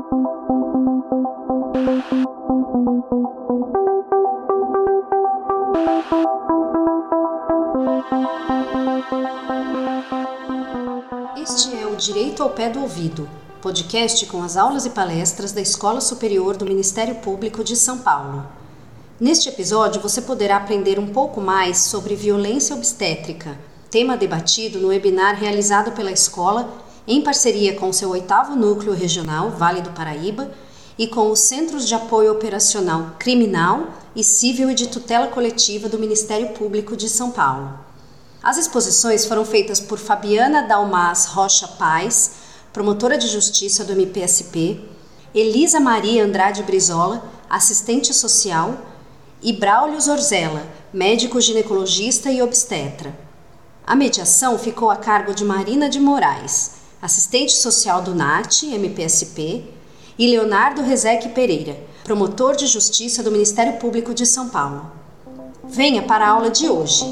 Este é o Direito ao Pé do Ouvido, podcast com as aulas e palestras da Escola Superior do Ministério Público de São Paulo. Neste episódio você poderá aprender um pouco mais sobre violência obstétrica, tema debatido no webinar realizado pela escola em parceria com seu 8º Núcleo Regional, Vale do Paraíba, e com os Centros de Apoio Operacional Criminal e Civil e de Tutela Coletiva do Ministério Público de São Paulo. As exposições foram feitas por Fabiana Dalmas Rocha Paz, promotora de justiça do MPSP, Elisa Maria Andrade Brizola, assistente social, e Braulio Zorzella, médico ginecologista e obstetra. A mediação ficou a cargo de Marina de Moraes, assistente social do NAT, MPSP, e Leonardo Rezec Pereira, promotor de justiça do Ministério Público de São Paulo. Venha para a aula de hoje.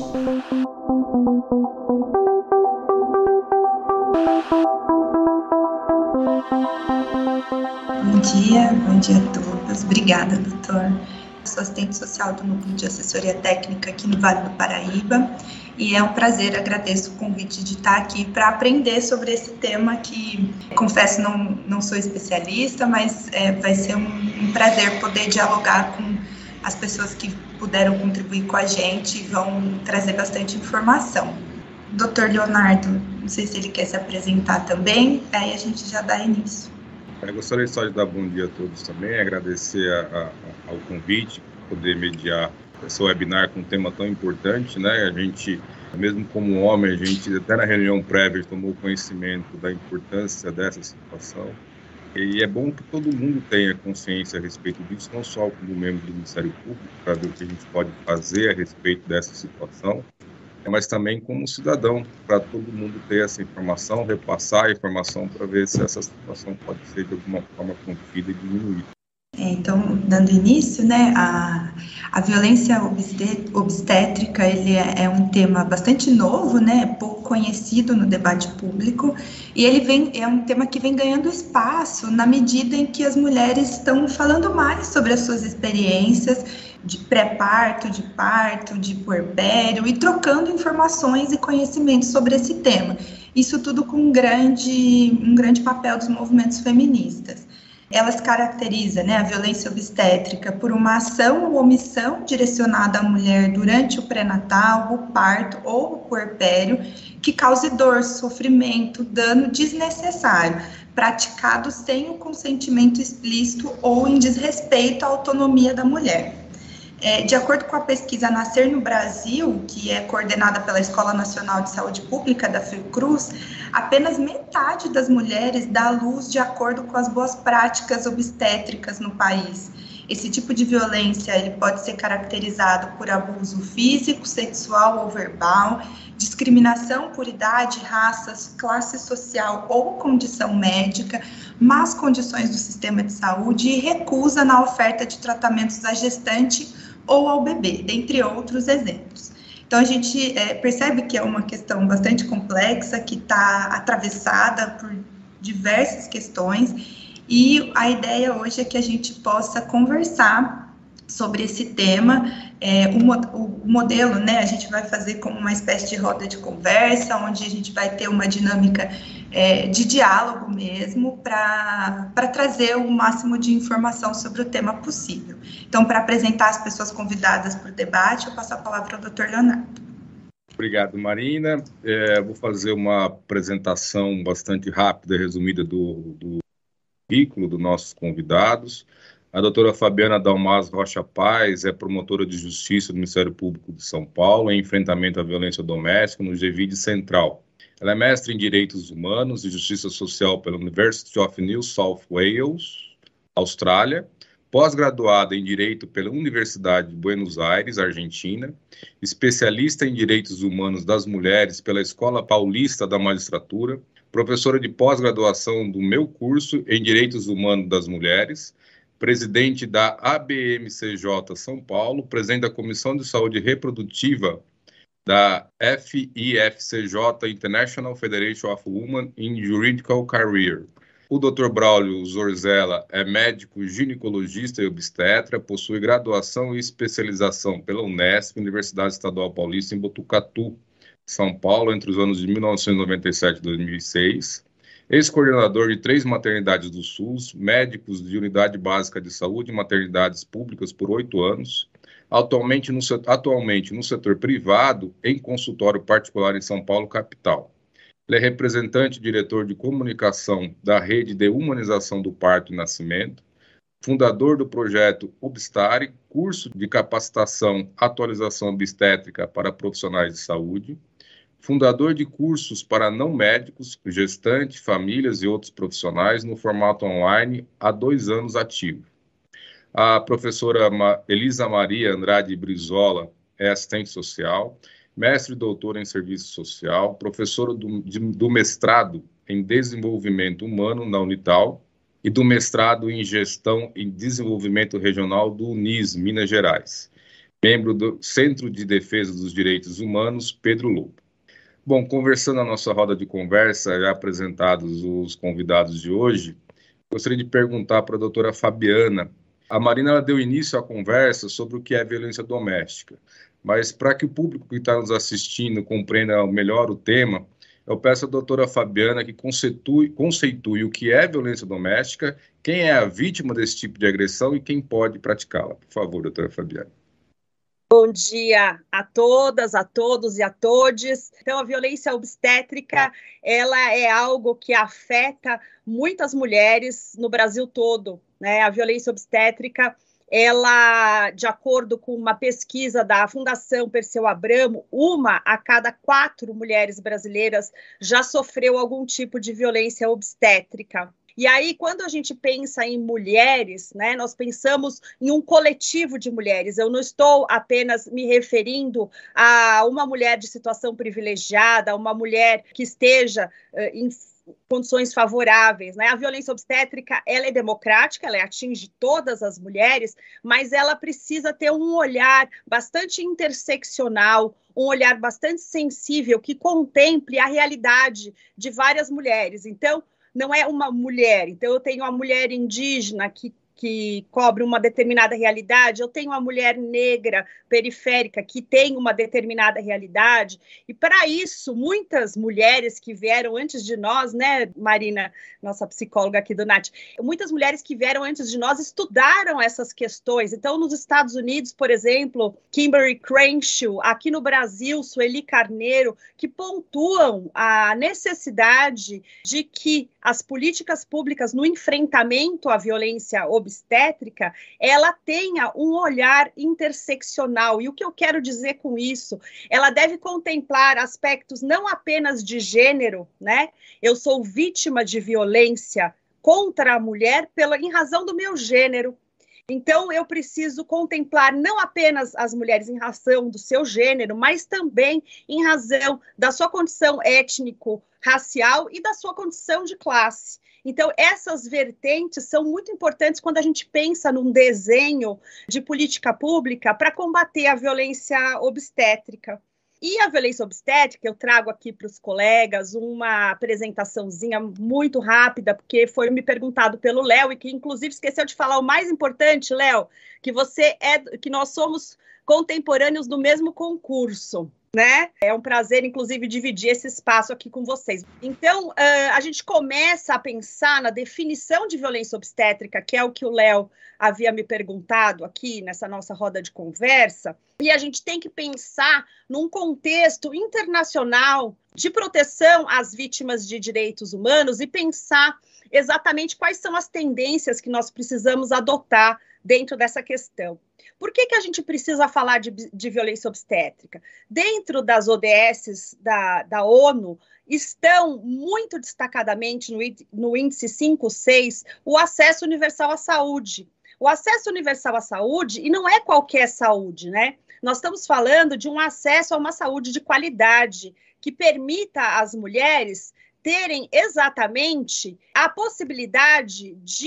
Bom dia a todos. Obrigada, doutor. Sou assistente social do Núcleo de Assessoria Técnica aqui no Vale do Paraíba e é um prazer, agradeço o convite de estar aqui para aprender sobre esse tema que, confesso, não sou especialista, mas vai ser um prazer poder dialogar com as pessoas que puderam contribuir com a gente e vão trazer bastante informação. Doutor Leonardo, não sei se ele quer se apresentar também, aí a gente já dá início. Eu gostaria só de dar bom dia a todos também, agradecer ao convite, poder mediar esse webinar com um tema tão importante, né? A gente, mesmo como homem, a gente até na reunião prévia tomou conhecimento da importância dessa situação. E é bom que todo mundo tenha consciência a respeito disso, não só como membro do Ministério Público, para ver o que a gente pode fazer a respeito dessa situação, mas também como cidadão, para todo mundo ter essa informação, repassar a informação para ver se essa situação pode ser de alguma forma contida e diminuída. Então, dando início, né, a violência obstétrica ele é um tema bastante novo, né, pouco conhecido no debate público, e é um tema que vem ganhando espaço na medida em que as mulheres estão falando mais sobre as suas experiências de pré-parto, de parto, de puerpério, e trocando informações e conhecimentos sobre esse tema. Isso tudo com um grande papel dos movimentos feministas. Elas caracterizam, né, a violência obstétrica por uma ação ou omissão direcionada à mulher durante o pré-natal, o parto ou o puerpério, que cause dor, sofrimento, dano desnecessário, praticado sem o consentimento explícito ou em desrespeito à autonomia da mulher. De acordo com a pesquisa Nascer no Brasil, que é coordenada pela Escola Nacional de Saúde Pública da Fiocruz, apenas metade das mulheres dá à luz de acordo com as boas práticas obstétricas no país. Esse tipo de violência ele pode ser caracterizado por abuso físico, sexual ou verbal, discriminação por idade, raça, classe social ou condição médica, más condições do sistema de saúde e recusa na oferta de tratamentos à gestante ou ao bebê, dentre outros exemplos. Então, a gente percebe que é uma questão bastante complexa, que está atravessada por diversas questões, e a ideia hoje é que a gente possa conversar sobre esse tema. O modelo, né, a gente vai fazer como uma espécie de roda de conversa, onde a gente vai ter uma dinâmica de diálogo mesmo, para trazer o máximo de informação sobre o tema possível. Então, para apresentar as pessoas convidadas para o debate, eu passo a palavra ao Dr. Leonardo. Obrigado, Marina. Vou fazer uma apresentação bastante rápida e resumida do currículo dos nossos convidados. A doutora Fabiana Dalmas Rocha Paz é promotora de justiça do Ministério Público de São Paulo em enfrentamento à violência doméstica no GVID Central. Ela é mestre em Direitos Humanos e Justiça Social pela University of New South Wales, Austrália, pós-graduada em Direito pela Universidade de Buenos Aires, Argentina, especialista em Direitos Humanos das Mulheres pela Escola Paulista da Magistratura, professora de pós-graduação do meu curso em Direitos Humanos das Mulheres, presidente da ABMCJ São Paulo, presidente da Comissão de Saúde Reprodutiva da FIFCJ, International Federation of Women in Juridical Career, O Dr. Braulio Zorzella é médico ginecologista e obstetra, possui graduação e especialização pela Unesp, Universidade Estadual Paulista, em Botucatu, São Paulo, entre os anos de 1997 e 2006. Ex-coordenador de 3 maternidades do SUS, médicos de Unidade Básica de Saúde e maternidades públicas por 8 anos. Atualmente no setor privado, em consultório particular em São Paulo, capital. Ele é representante e diretor de comunicação da Rede de Humanização do Parto e Nascimento, fundador do projeto Obstare, curso de capacitação atualização obstétrica para profissionais de saúde, fundador de cursos para não médicos, gestante, famílias e outros profissionais no formato online há 2 anos ativo. A professora Elisa Maria Andrade Brizola é assistente social, mestre e doutora em serviço social, professora do mestrado em desenvolvimento humano na Unital e do mestrado em gestão e desenvolvimento regional do UNIS, Minas Gerais, membro do Centro de Defesa dos Direitos Humanos, Pedro Lobo. Bom, conversando na nossa roda de conversa, já apresentados os convidados de hoje, gostaria de perguntar para a doutora Fabiana. A Marina ela deu início à conversa sobre o que é violência doméstica, mas para que o público que está nos assistindo compreenda melhor o tema, eu peço à doutora Fabiana que conceitue o que é violência doméstica, quem é a vítima desse tipo de agressão e quem pode praticá-la. Por favor, doutora Fabiana. Bom dia a todas, a todos e a todes. Então, a violência obstétrica, ela é algo que afeta muitas mulheres no Brasil todo, né? A violência obstétrica, ela, de acordo com uma pesquisa da Fundação Perseu Abramo, 1 a cada 4 mulheres brasileiras já sofreu algum tipo de violência obstétrica. E aí, quando a gente pensa em mulheres, né, nós pensamos em um coletivo de mulheres. Eu não estou apenas me referindo a uma mulher de situação privilegiada, uma mulher que esteja em condições favoráveis, né? A violência obstétrica, ela é democrática, ela atinge todas as mulheres, mas ela precisa ter um olhar bastante interseccional, um olhar bastante sensível que contemple a realidade de várias mulheres. Então, não é uma mulher. Então, eu tenho a mulher indígena que cobre uma determinada realidade, eu tenho a mulher negra periférica que tem uma determinada realidade, e para isso, muitas mulheres que vieram antes de nós, né, Marina, nossa psicóloga aqui do NAT, muitas mulheres que vieram antes de nós estudaram essas questões. Então, nos Estados Unidos, por exemplo, Kimberly Crenshaw, aqui no Brasil, Sueli Carneiro, que pontuam a necessidade de que as políticas públicas no enfrentamento à violência obstétrica, ela tenha um olhar interseccional. E o que eu quero dizer com isso? Ela deve contemplar aspectos não apenas de gênero, né? Eu sou vítima de violência contra a mulher em razão do meu gênero. Então, eu preciso contemplar não apenas as mulheres em razão do seu gênero, mas também em razão da sua condição étnico-racial e da sua condição de classe. Então, essas vertentes são muito importantes quando a gente pensa num desenho de política pública para combater a violência obstétrica. E a violência obstétrica, eu trago aqui para os colegas uma apresentaçãozinha muito rápida, porque foi me perguntado pelo Léo, e que inclusive esqueceu de falar o mais importante, Léo, que nós somos contemporâneos do mesmo concurso, né? É um prazer, inclusive, dividir esse espaço aqui com vocês. Então, a gente começa a pensar na definição de violência obstétrica, que é o que o Léo havia me perguntado aqui nessa nossa roda de conversa, e a gente tem que pensar num contexto internacional de proteção às vítimas de direitos humanos e pensar exatamente quais são as tendências que nós precisamos adotar dentro dessa questão. Por que a gente precisa falar de violência obstétrica? Dentro das ODS da ONU, estão muito destacadamente no índice 5.6 o acesso universal à saúde. O acesso universal à saúde, e não é qualquer saúde, né? Nós estamos falando de um acesso a uma saúde de qualidade, que permita às mulheres terem exatamente a possibilidade de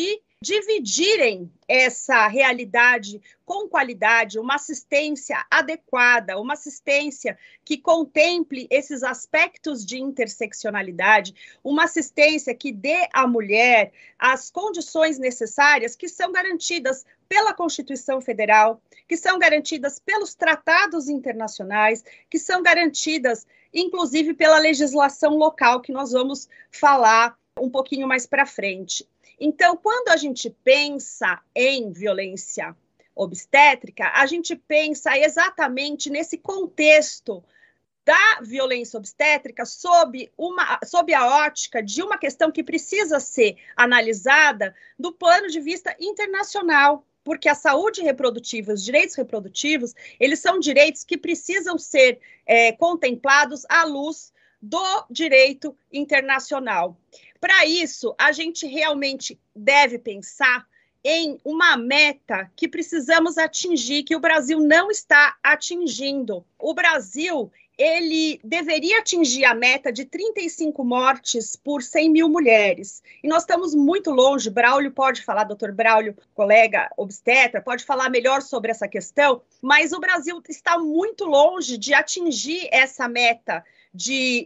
dividirem essa realidade com qualidade, uma assistência adequada, uma assistência que contemple esses aspectos de interseccionalidade, uma assistência que dê à mulher as condições necessárias que são garantidas pela Constituição Federal, que são garantidas pelos tratados internacionais, que são garantidas, inclusive, pela legislação local, que nós vamos falar um pouquinho mais para frente. Então, quando a gente pensa em violência obstétrica, a gente pensa exatamente nesse contexto da violência obstétrica sob a ótica de uma questão que precisa ser analisada do plano de vista internacional, porque a saúde reprodutiva, os direitos reprodutivos, eles são direitos que precisam ser contemplados à luz do direito internacional. Para isso, a gente realmente deve pensar em uma meta que precisamos atingir, que o Brasil não está atingindo. O Brasil, ele deveria atingir a meta de 35 mortes por 100 mil mulheres. E nós estamos muito longe. Braulio pode falar, doutor Braulio, colega obstetra, pode falar melhor sobre essa questão, mas o Brasil está muito longe de atingir essa meta de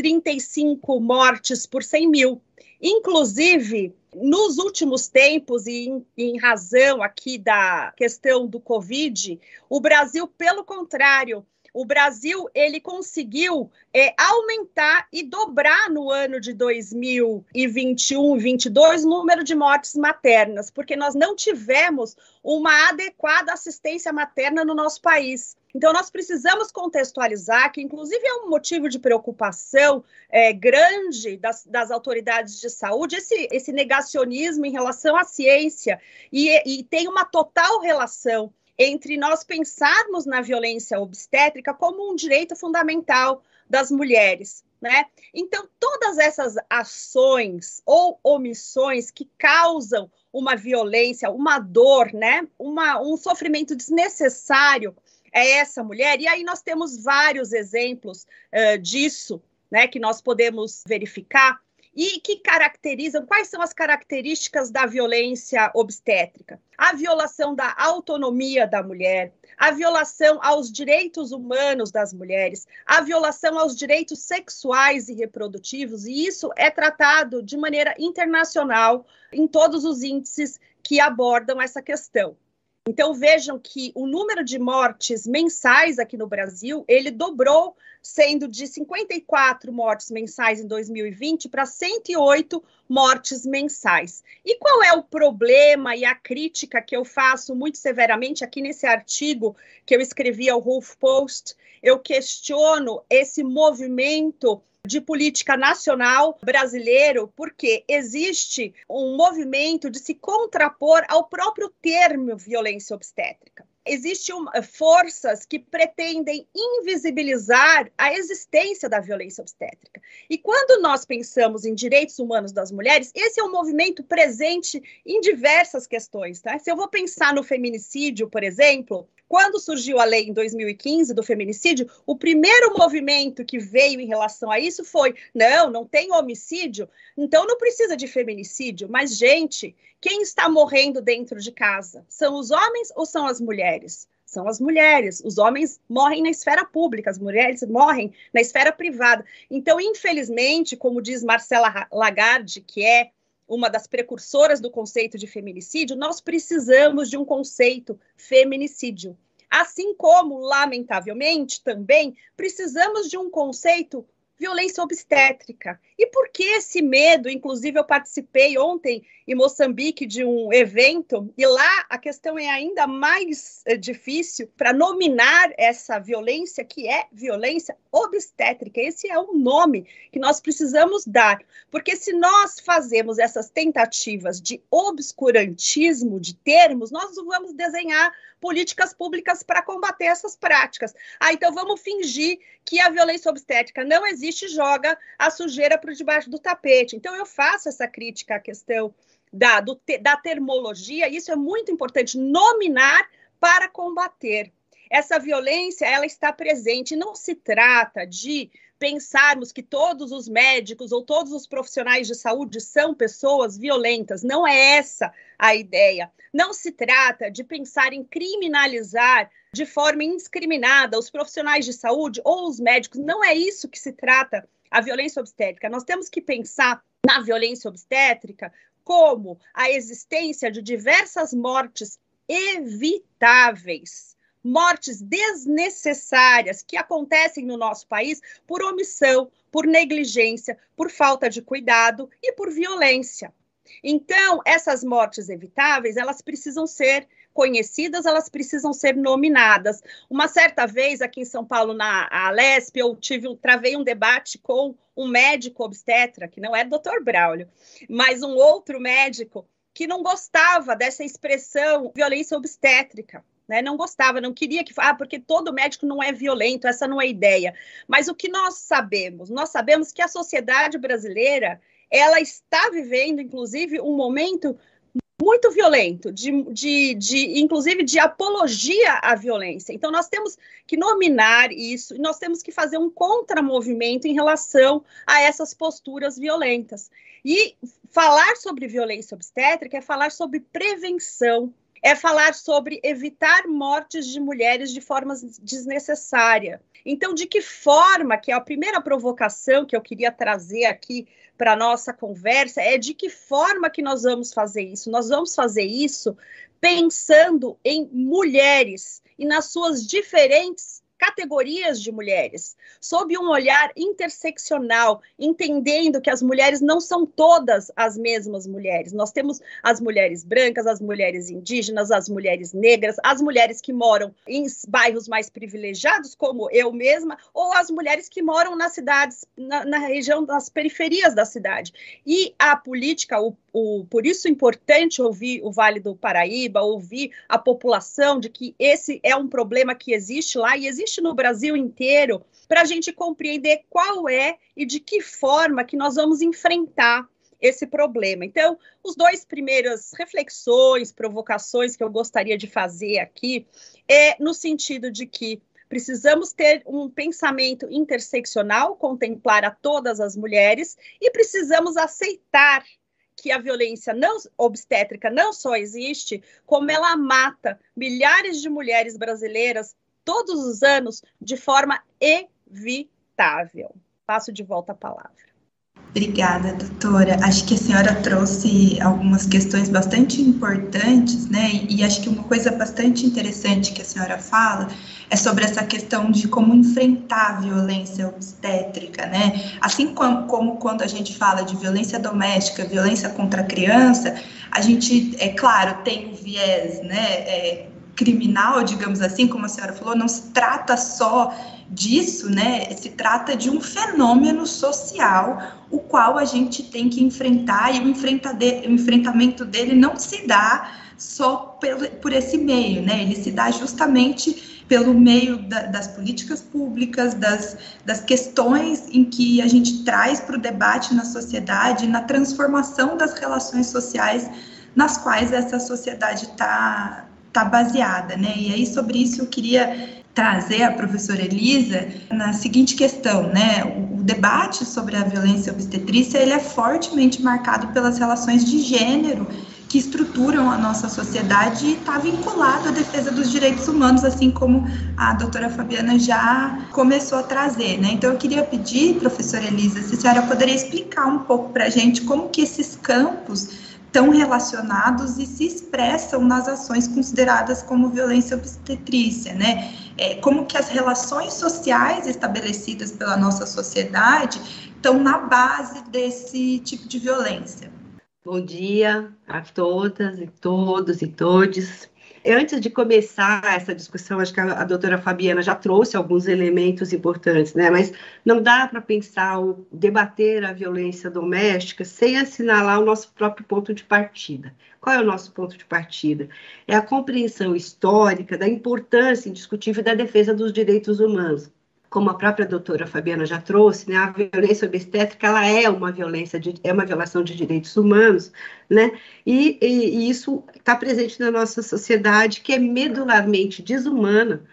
35 mortes por 100 mil. Inclusive, nos últimos tempos, e em razão aqui da questão do Covid, o Brasil, pelo contrário, o Brasil ele conseguiu aumentar e dobrar no ano de 2021 e 2022 o número de mortes maternas, porque nós não tivemos uma adequada assistência materna no nosso país. Então, nós precisamos contextualizar, que inclusive é um motivo de preocupação grande das autoridades de saúde, esse negacionismo em relação à ciência, e tem uma total relação entre nós pensarmos na violência obstétrica como um direito fundamental das mulheres, né? Então, todas essas ações ou omissões que causam uma violência, uma dor, né? Um sofrimento desnecessário a essa mulher, e aí nós temos vários exemplos disso, né, que nós podemos verificar, e que caracterizam, quais são as características da violência obstétrica? A violação da autonomia da mulher, a violação aos direitos humanos das mulheres, a violação aos direitos sexuais e reprodutivos, e isso é tratado de maneira internacional em todos os índices que abordam essa questão. Então, vejam que o número de mortes mensais aqui no Brasil, ele dobrou, sendo de 54 mortes mensais em 2020 para 108 mortes mensais. E qual é o problema e a crítica que eu faço muito severamente aqui nesse artigo que eu escrevi ao HuffPost? Eu questiono esse movimento de política nacional brasileiro, porque existe um movimento de se contrapor ao próprio termo violência obstétrica. Existem forças que pretendem invisibilizar a existência da violência obstétrica. E quando nós pensamos em direitos humanos das mulheres, esse é um movimento presente em diversas questões, tá? Se eu vou pensar no feminicídio, por exemplo, quando surgiu a lei em 2015 do feminicídio, o primeiro movimento que veio em relação a isso foi, não tem homicídio, então não precisa de feminicídio. Mas, gente, quem está morrendo dentro de casa? São os homens ou são as mulheres? São as mulheres. Os homens morrem na esfera pública, as mulheres morrem na esfera privada. Então, infelizmente, como diz Marcela Lagarde, que é uma das precursoras do conceito de feminicídio, nós precisamos de um conceito feminicídio. Assim como, lamentavelmente, também precisamos de um conceito violência obstétrica. E por que esse medo? Inclusive, eu participei ontem em Moçambique de um evento, e lá a questão é ainda mais difícil para nominar essa violência, que é violência obstétrica. Esse é o nome que nós precisamos dar, porque se nós fazemos essas tentativas de obscurantismo de termos, nós vamos desenhar políticas públicas para combater essas práticas. Então vamos fingir que a violência obstétrica não existe e joga a sujeira por debaixo do tapete. Então eu faço essa crítica à questão da termologia, e isso é muito importante, nominar para combater. Essa violência, ela está presente. Não se trata de pensarmos que todos os médicos ou todos os profissionais de saúde são pessoas violentas. Não é essa a ideia. Não se trata de pensar em criminalizar de forma indiscriminada os profissionais de saúde ou os médicos. Não é isso que se trata a violência obstétrica. Nós temos que pensar na violência obstétrica como a existência de diversas mortes evitáveis, mortes desnecessárias que acontecem no nosso país por omissão, por negligência, por falta de cuidado e por violência. Então, essas mortes evitáveis, elas precisam ser conhecidas, elas precisam ser nominadas. Uma certa vez, aqui em São Paulo, na Alesp, eu travei um debate com um médico obstetra, que não é Dr. Braulio, mas um outro médico que não gostava dessa expressão violência obstétrica. Né, não gostava, não queria que... porque todo médico não é violento, essa não é a ideia. Mas o que nós sabemos? Nós sabemos que a sociedade brasileira, ela está vivendo, inclusive, um momento muito violento, inclusive de apologia à violência. Então, nós temos que nominar isso, e nós temos que fazer um contramovimento em relação a essas posturas violentas. E falar sobre violência obstétrica é falar sobre prevenção, é falar sobre evitar mortes de mulheres de forma desnecessária. Então, de que forma, que é a primeira provocação que eu queria trazer aqui para a nossa conversa, é de que forma que nós vamos fazer isso? Nós vamos fazer isso pensando em mulheres e nas suas diferentes categorias de mulheres, sob um olhar interseccional, entendendo que as mulheres não são todas as mesmas mulheres. Nós temos as mulheres brancas, as mulheres indígenas, as mulheres negras, as mulheres que moram em bairros mais privilegiados, como eu mesma, ou as mulheres que moram nas cidades, na região das periferias da cidade. E a política, por isso é importante ouvir o Vale do Paraíba, ouvir a população de que esse é um problema que existe lá e existe no Brasil inteiro, para a gente compreender qual é e de que forma que nós vamos enfrentar esse problema. Então, os dois primeiras reflexões, provocações que eu gostaria de fazer aqui é no sentido de que precisamos ter um pensamento interseccional, contemplar a todas as mulheres e precisamos aceitar que a violência obstétrica não só existe, como ela mata milhares de mulheres brasileiras todos os anos de forma evitável. Passo de volta a palavra. Obrigada, doutora. Acho que a senhora trouxe algumas questões bastante importantes, né? E acho que uma coisa bastante interessante que a senhora fala é sobre essa questão de como enfrentar a violência obstétrica, né? Assim como quando a gente fala de violência doméstica, violência contra a criança, a gente, é claro, tem o viés, né, criminal, digamos assim, como a senhora falou, não se trata só disso, né? Se trata de um fenômeno social o qual a gente tem que enfrentar, e o enfrentamento dele não se dá só por esse meio, né? Ele se dá justamente pelo meio das políticas públicas, das questões em que a gente traz para o debate na sociedade, na transformação das relações sociais nas quais essa sociedade está baseada, né? E aí, sobre isso, eu queria trazer a professora Elisa na seguinte questão, né? O debate sobre a violência obstetrícia, ele é fortemente marcado pelas relações de gênero que estruturam a nossa sociedade e está vinculado à defesa dos direitos humanos, assim como a doutora Fabiana já começou a trazer, né? Então, eu queria pedir, professora Elisa, se a senhora poderia explicar um pouco para a gente como que esses campos estão relacionados e se expressam nas ações consideradas como violência obstetrícia, né? Como que as relações sociais estabelecidas pela nossa sociedade estão na base desse tipo de violência. Bom dia a todas e todos e todes. Antes de começar essa discussão, acho que a doutora Fabiana já trouxe alguns elementos importantes, né? Mas não dá para pensar ou debater a violência doméstica sem assinalar o nosso próprio ponto de partida. Qual é o nosso ponto de partida? É a compreensão histórica da importância indiscutível da defesa dos direitos humanos. Como a própria doutora Fabiana já trouxe, né, a violência obstétrica ela é uma violação de direitos humanos, né, e isso está presente na nossa sociedade, que é medularmente desumana,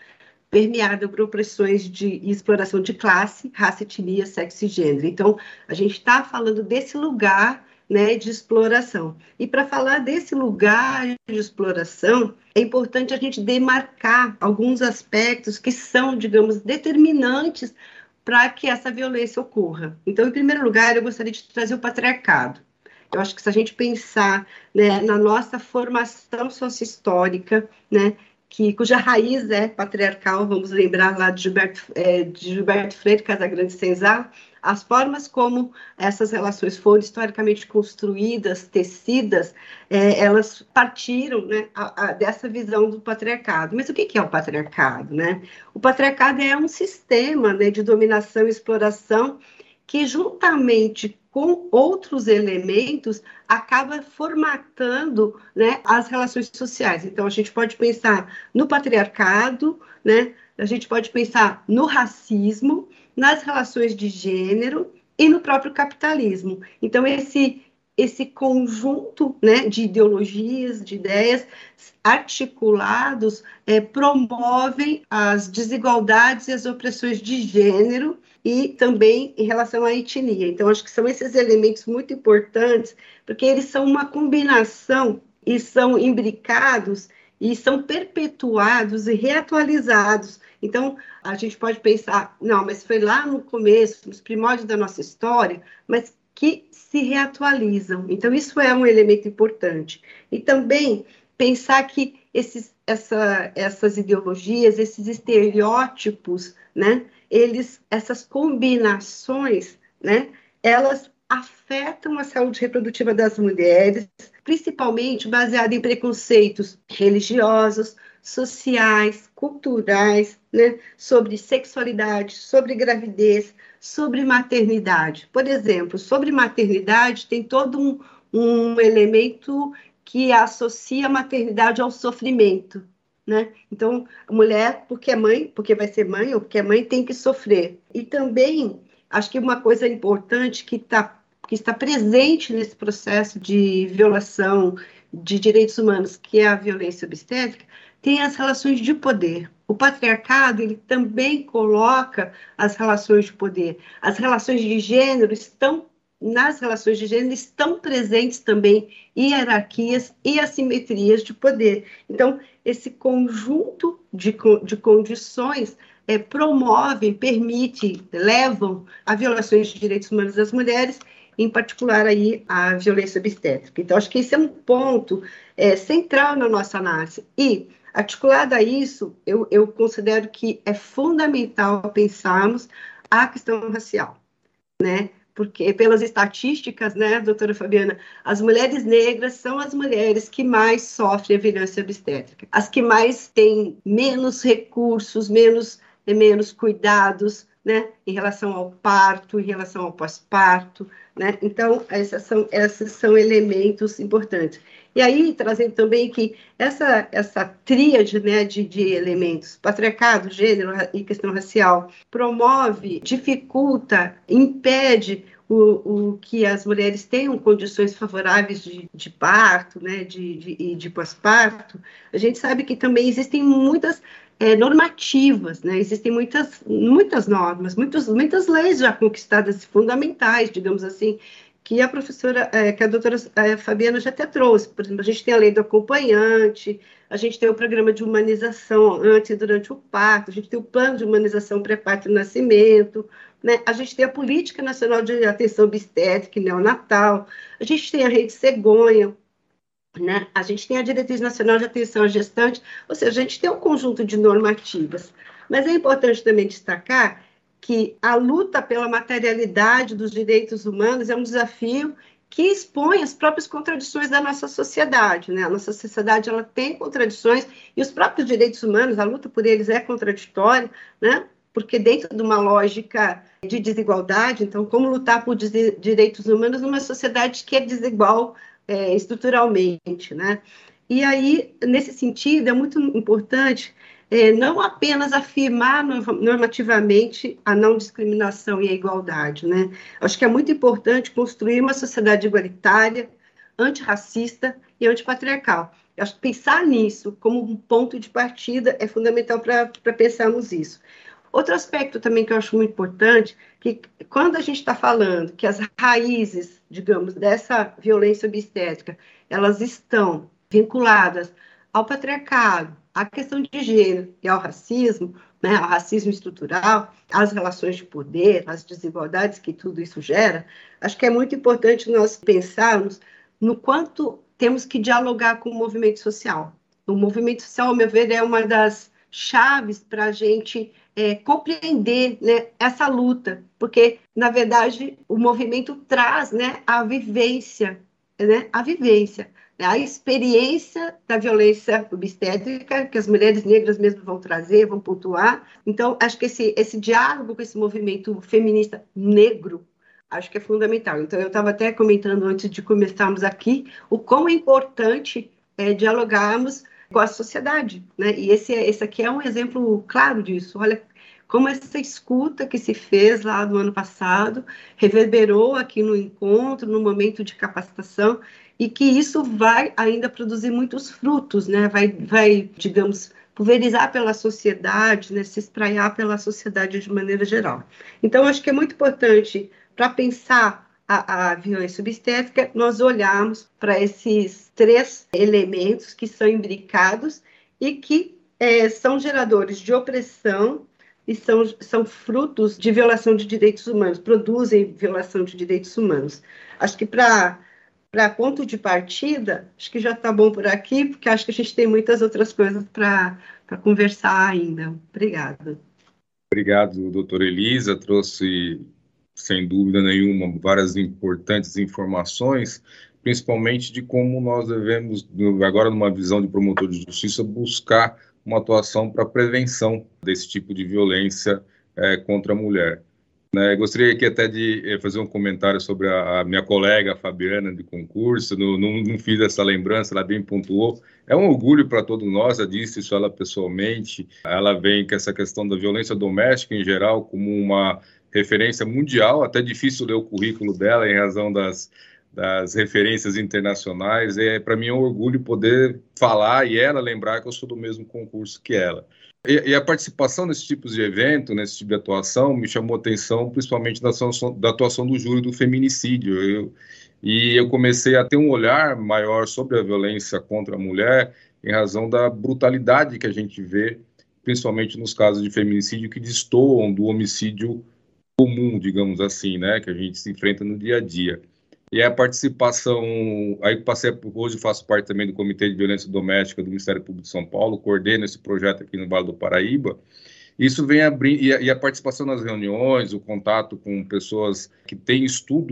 permeada por opressões e exploração de classe, raça, etnia, sexo e gênero. Então, a gente está falando desse lugar, né, de exploração. E para falar desse lugar de exploração, é importante a gente demarcar alguns aspectos que são, digamos, determinantes para que essa violência ocorra. Então, em primeiro lugar, eu gostaria de trazer o patriarcado. Eu acho que se a gente pensar, né, na nossa formação socio-histórica, né, cuja raiz é patriarcal, vamos lembrar lá de Gilberto Freire, Casagrande Senzala, as formas como essas relações foram historicamente construídas, tecidas, elas partiram, né, dessa visão do patriarcado. Mas o que é o patriarcado, né? O patriarcado é um sistema, né, de dominação e exploração que, juntamente com outros elementos, acaba formatando, né, as relações sociais. Então, a gente pode pensar no patriarcado, né, a gente pode pensar no racismo, nas relações de gênero e no próprio capitalismo. Então, esse conjunto, né, de ideologias, de ideias articulados promovem as desigualdades e as opressões de gênero e também em relação à etnia. Então, acho que são esses elementos muito importantes, porque eles são uma combinação e são imbricados e são perpetuados e reatualizados. Então, a gente pode pensar, não, mas foi lá no começo, nos primórdios da nossa história, mas que se reatualizam. Então, isso é um elemento importante. E também pensar que essas ideologias, esses estereótipos, né, essas combinações, né, elas afetam a saúde reprodutiva das mulheres, principalmente baseada em preconceitos religiosos, sociais, culturais, né, sobre sexualidade, sobre gravidez, sobre maternidade. Por exemplo, sobre maternidade tem todo um elemento que associa a maternidade ao sofrimento, né? Então, a mulher, porque é mãe, porque vai ser mãe, ou porque é mãe, tem que sofrer. E também, acho que uma coisa importante que está presente nesse processo de violação de direitos humanos, que é a violência obstétrica, tem as relações de poder. O patriarcado, ele também coloca as relações de poder. As relações de gênero nas relações de gênero estão presentes também hierarquias e assimetrias de poder. Então, esse conjunto de condições promovem, permitem, levam a violações de direitos humanos das mulheres, em particular aí a violência obstétrica. Então, acho que esse é um ponto central na nossa análise. E, articulado a isso, eu considero que é fundamental pensarmos a questão racial, né? Porque, pelas estatísticas, né, doutora Fabiana, as mulheres negras são as mulheres que mais sofrem a violência obstétrica, as que mais têm menos recursos, menos cuidados, né, em relação ao parto, em relação ao pós-parto, né? Então, esses são elementos importantes. E aí, trazendo também que essa tríade, né, de elementos, patriarcado, gênero e questão racial, promove, dificulta, impede o que as mulheres tenham condições favoráveis de parto, né, de pós-parto. A gente sabe que também existem muitas normativas, né? Existem muitas normas, muitas leis já conquistadas, fundamentais, digamos assim, que a doutora Fabiana já até trouxe. Por exemplo, a gente tem a lei do acompanhante, a gente tem o programa de humanização antes e durante o parto, a gente tem o plano de humanização pré-parto e nascimento, né? A gente tem a Política Nacional de Atenção Obstétrica e Neonatal, a gente tem a Rede Cegonha, né? A gente tem a Diretriz Nacional de Atenção à Gestante, ou seja, a gente tem um conjunto de normativas. Mas é importante também destacar que a luta pela materialidade dos direitos humanos é um desafio que expõe as próprias contradições da nossa sociedade, né? A nossa sociedade, ela tem contradições, e os próprios direitos humanos, a luta por eles é contraditória, né? Porque dentro de uma lógica de desigualdade, então, como lutar por direitos humanos numa sociedade que é desigual estruturalmente, né? E aí, nesse sentido, é muito importante não apenas afirmar normativamente a não discriminação e a igualdade, né? Acho que é muito importante construir uma sociedade igualitária, antirracista e antipatriarcal. Acho que pensar nisso como um ponto de partida é fundamental para pensarmos isso. Outro aspecto também que eu acho muito importante, que quando a gente está falando que as raízes, digamos, dessa violência obstétrica, elas estão vinculadas ao patriarcado, à questão de gênero e ao racismo, né, ao racismo estrutural, às relações de poder, às desigualdades que tudo isso gera, acho que é muito importante nós pensarmos no quanto temos que dialogar com o movimento social. O movimento social, ao meu ver, é uma das chaves para a gente compreender, né, essa luta, porque, na verdade, o movimento traz, né, a vivência, né, a experiência da violência obstétrica, que as mulheres negras mesmo vão trazer, vão pontuar. Então, acho que esse diálogo com esse movimento feminista negro, acho que é fundamental. Então, eu estava até comentando antes de começarmos aqui, o quão é importante dialogarmos com a sociedade, né? E esse aqui é um exemplo claro disso. Olha como essa escuta que se fez lá no ano passado reverberou aqui no encontro, no momento de capacitação, e que isso vai ainda produzir muitos frutos, né? Vai, digamos, pulverizar pela sociedade, né? Se espraiar pela sociedade de maneira geral. Então, acho que é muito importante, para pensar a violência obstétrica, nós olharmos para esses 3 elementos que são imbricados e que são geradores de opressão e são frutos de violação de direitos humanos, produzem violação de direitos humanos. Acho que para ponto de partida, acho que já está bom por aqui, porque acho que a gente tem muitas outras coisas para conversar ainda. Obrigada. Obrigado, doutora Elisa, trouxe, sem dúvida nenhuma, várias importantes informações, principalmente de como nós devemos, agora numa visão de promotor de justiça, buscar uma atuação para a prevenção desse tipo de violência contra a mulher. Gostaria aqui até de fazer um comentário sobre a minha colega Fabiana de concurso, não fiz essa lembrança, ela bem pontuou. É um orgulho para todos nós, ela disse isso ela pessoalmente, ela vem com essa questão da violência doméstica em geral como uma referência mundial, até difícil ler o currículo dela em razão das referências internacionais, para mim é um orgulho poder falar e ela lembrar que eu sou do mesmo concurso que ela. E a participação nesses tipos de evento, nesse tipo de atuação, me chamou a atenção, principalmente da atuação do júri do feminicídio. Eu comecei a ter um olhar maior sobre a violência contra a mulher em razão da brutalidade que a gente vê, principalmente nos casos de feminicídio que destoam do homicídio comum, digamos assim, né, que a gente se enfrenta no dia a dia. E a participação, aí hoje faço parte também do Comitê de Violência Doméstica do Ministério Público de São Paulo, coordeno esse projeto aqui no Vale do Paraíba. Isso vem abrir, e a participação nas reuniões, o contato com pessoas que têm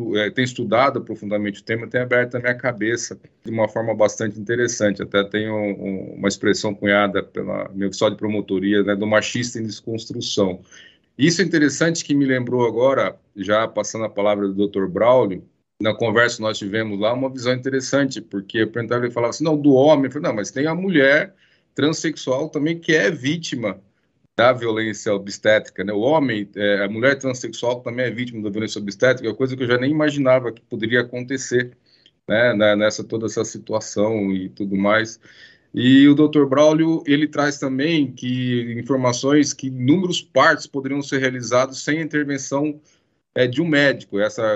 estudado profundamente o tema, tem aberto a minha cabeça de uma forma bastante interessante. Até tenho uma expressão cunhada pela meu oficial de promotoria, né, do machista em desconstrução. Isso é interessante, que me lembrou agora, já passando a palavra do Dr. Braulio, na conversa que nós tivemos lá, uma visão interessante, porque eu perguntava, ele falava assim, não, do homem, eu falei, não, mas tem a mulher transexual também que é vítima da violência obstétrica, né? O homem, a mulher transexual também é vítima da violência obstétrica, coisa que eu já nem imaginava que poderia acontecer, né, toda essa situação e tudo mais. E o Dr. Braulio, ele traz também informações que inúmeros partos poderiam ser realizados sem a intervenção de um médico.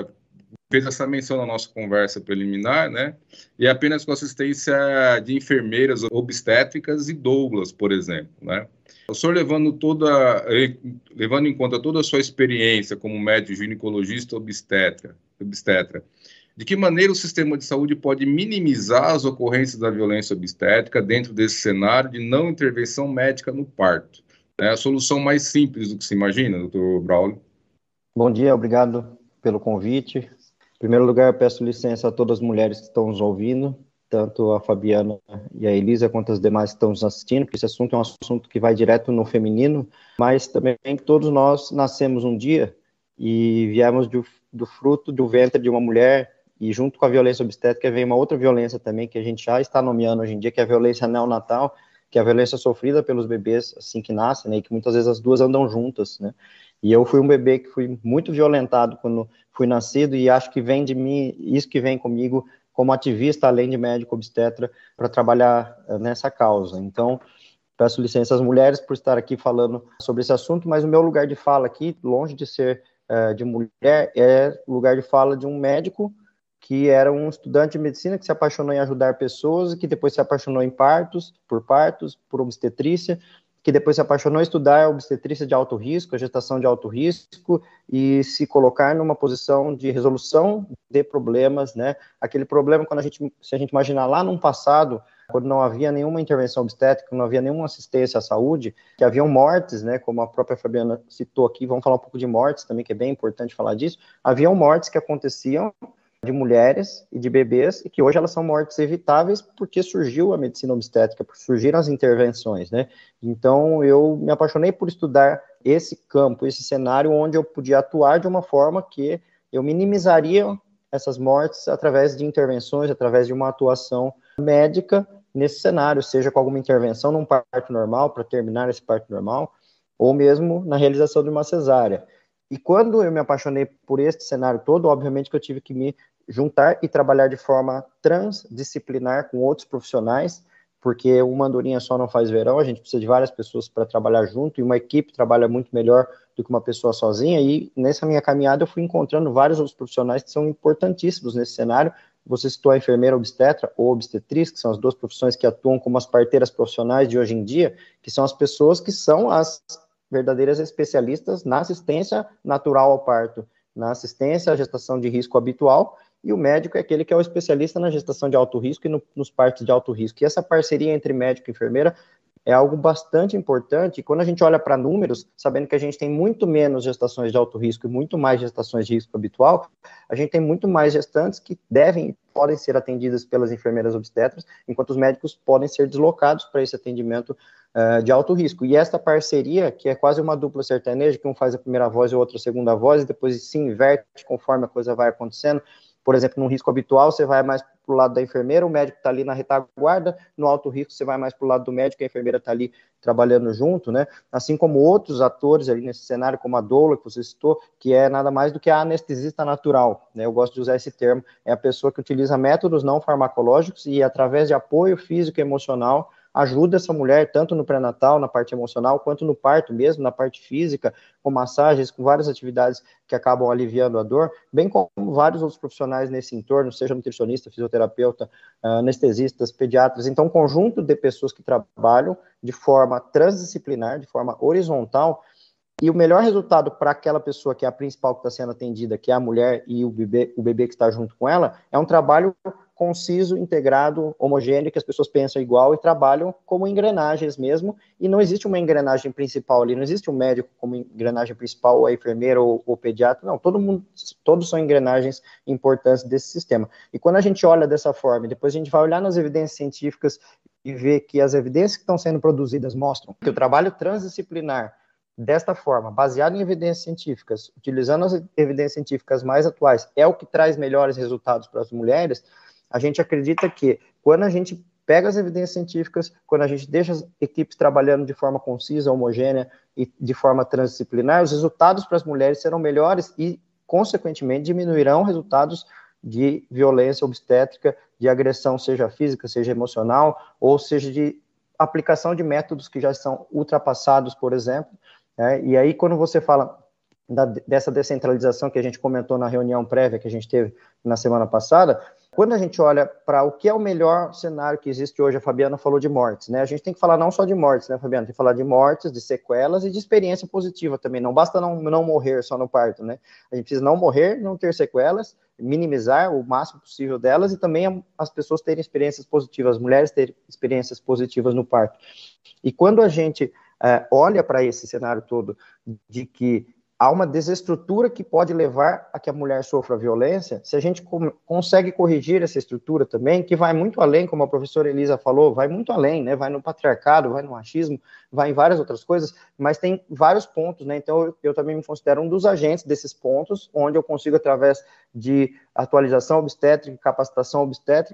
Fez essa menção na nossa conversa preliminar, né? E apenas com assistência de enfermeiras obstétricas e doulas, por exemplo, né? O senhor levando em conta toda a sua experiência como médico ginecologista obstetra, de que maneira o sistema de saúde pode minimizar as ocorrências da violência obstétrica dentro desse cenário de não intervenção médica no parto? É a solução mais simples do que se imagina, doutor Braulio? Bom dia, obrigado pelo convite. Em primeiro lugar, eu peço licença a todas as mulheres que estão nos ouvindo, tanto a Fabiana e a Elisa, quanto as demais que estão nos assistindo, porque esse assunto é um assunto que vai direto no feminino, mas também todos nós nascemos um dia e viemos do fruto do ventre de uma mulher, e junto com a violência obstétrica vem uma outra violência também, que a gente já está nomeando hoje em dia, que é a violência neonatal, que é a violência sofrida pelos bebês assim que nascem, né, e que muitas vezes as duas andam juntas, né. E eu fui um bebê que fui muito violentado quando fui nascido, e acho que vem de mim, isso que vem comigo como ativista, além de médico obstetra, para trabalhar nessa causa. Então, peço licença às mulheres por estar aqui falando sobre esse assunto, mas o meu lugar de fala aqui, longe de ser de mulher, é lugar de fala de um médico que era um estudante de medicina que se apaixonou em ajudar pessoas e que depois se apaixonou por partos, por obstetrícia, que depois se apaixonou em estudar a obstetrícia de alto risco, a gestação de alto risco, e se colocar numa posição de resolução de problemas, né? Aquele problema, se a gente imaginar lá no passado, quando não havia nenhuma intervenção obstétrica, não havia nenhuma assistência à saúde, que haviam mortes, né? Como a própria Fabiana citou aqui, vamos falar um pouco de mortes também, que é bem importante falar disso. Haviam mortes que aconteciam de mulheres e de bebês, e que hoje elas são mortes evitáveis porque surgiu a medicina obstétrica, porque surgiram as intervenções, né? Então, eu me apaixonei por estudar esse campo, esse cenário onde eu podia atuar de uma forma que eu minimizaria essas mortes através de intervenções, através de uma atuação médica nesse cenário, seja com alguma intervenção num parto normal, para terminar esse parto normal, ou mesmo na realização de uma cesárea. E quando eu me apaixonei por este cenário todo, obviamente que eu tive que me juntar e trabalhar de forma transdisciplinar com outros profissionais, porque uma andorinha só não faz verão, a gente precisa de várias pessoas para trabalhar junto, e uma equipe trabalha muito melhor do que uma pessoa sozinha, e nessa minha caminhada eu fui encontrando vários outros profissionais que são importantíssimos nesse cenário. Você citou a enfermeira obstetra ou obstetriz, que são as duas profissões que atuam como as parteiras profissionais de hoje em dia, que são as pessoas que são as verdadeiras especialistas na assistência natural ao parto, na assistência à gestação de risco habitual, e o médico é aquele que é o especialista na gestação de alto risco e nos partos de alto risco. E essa parceria entre médico e enfermeira é algo bastante importante, e quando a gente olha para números, sabendo que a gente tem muito menos gestações de alto risco e muito mais gestações de risco habitual, a gente tem muito mais gestantes que podem ser atendidas pelas enfermeiras obstetras, enquanto os médicos podem ser deslocados para esse atendimento de alto risco. E esta parceria, que é quase uma dupla sertaneja, que um faz a primeira voz e o outro a segunda voz, e depois se inverte conforme a coisa vai acontecendo. Por exemplo, no risco habitual, você vai mais para o lado da enfermeira, o médico está ali na retaguarda, no alto risco você vai mais para o lado do médico, a enfermeira está ali trabalhando junto, né? Assim como outros atores ali nesse cenário, como a doula, que você citou, que é nada mais do que a anestesista natural, né? Eu gosto de usar esse termo, é a pessoa que utiliza métodos não farmacológicos e, através de apoio físico e emocional, ajuda essa mulher, tanto no pré-natal, na parte emocional, quanto no parto mesmo, na parte física, com massagens, com várias atividades que acabam aliviando a dor, bem como vários outros profissionais nesse entorno, seja nutricionista, fisioterapeuta, anestesistas, pediatras. Então, um conjunto de pessoas que trabalham de forma transdisciplinar, de forma horizontal, e o melhor resultado para aquela pessoa que é a principal que está sendo atendida, que é a mulher e o bebê que está junto com ela, é um trabalho conciso, integrado, homogêneo, que as pessoas pensam igual e trabalham como engrenagens mesmo, e não existe uma engrenagem principal ali, não existe um médico como engrenagem principal, ou a enfermeira ou o pediatra, não, todos são engrenagens importantes desse sistema. E quando a gente olha dessa forma, depois a gente vai olhar nas evidências científicas e ver que as evidências que estão sendo produzidas mostram que o trabalho transdisciplinar desta forma, baseado em evidências científicas, utilizando as evidências científicas mais atuais, é o que traz melhores resultados para as mulheres. A gente acredita que, quando a gente pega as evidências científicas, quando a gente deixa as equipes trabalhando de forma concisa, homogênea e de forma transdisciplinar, os resultados para as mulheres serão melhores e, consequentemente, diminuirão resultados de violência obstétrica, de agressão, seja física, seja emocional, ou seja, de aplicação de métodos que já são ultrapassados, por exemplo. E aí, quando você fala dessa descentralização que a gente comentou na reunião prévia que a gente teve na semana passada, quando a gente olha para o que é o melhor cenário que existe hoje, a Fabiana falou de mortes, né? A gente tem que falar não só de mortes, né, Fabiana? Tem que falar de mortes, de sequelas e de experiência positiva também. Não basta não morrer só no parto, né? A gente precisa não morrer, não ter sequelas, minimizar o máximo possível delas e também as pessoas terem experiências positivas, as mulheres terem experiências positivas no parto. E quando a gente olha para esse cenário todo de que há uma desestrutura que pode levar a que a mulher sofra violência, se a gente consegue corrigir essa estrutura também, que vai muito além, como a professora Elisa falou, vai muito além, né? Vai no patriarcado, vai no machismo, vai em várias outras coisas, mas tem vários pontos, né? Então eu também me considero um dos agentes desses pontos, onde eu consigo, através de atualização obstétrica, capacitação obstétrica,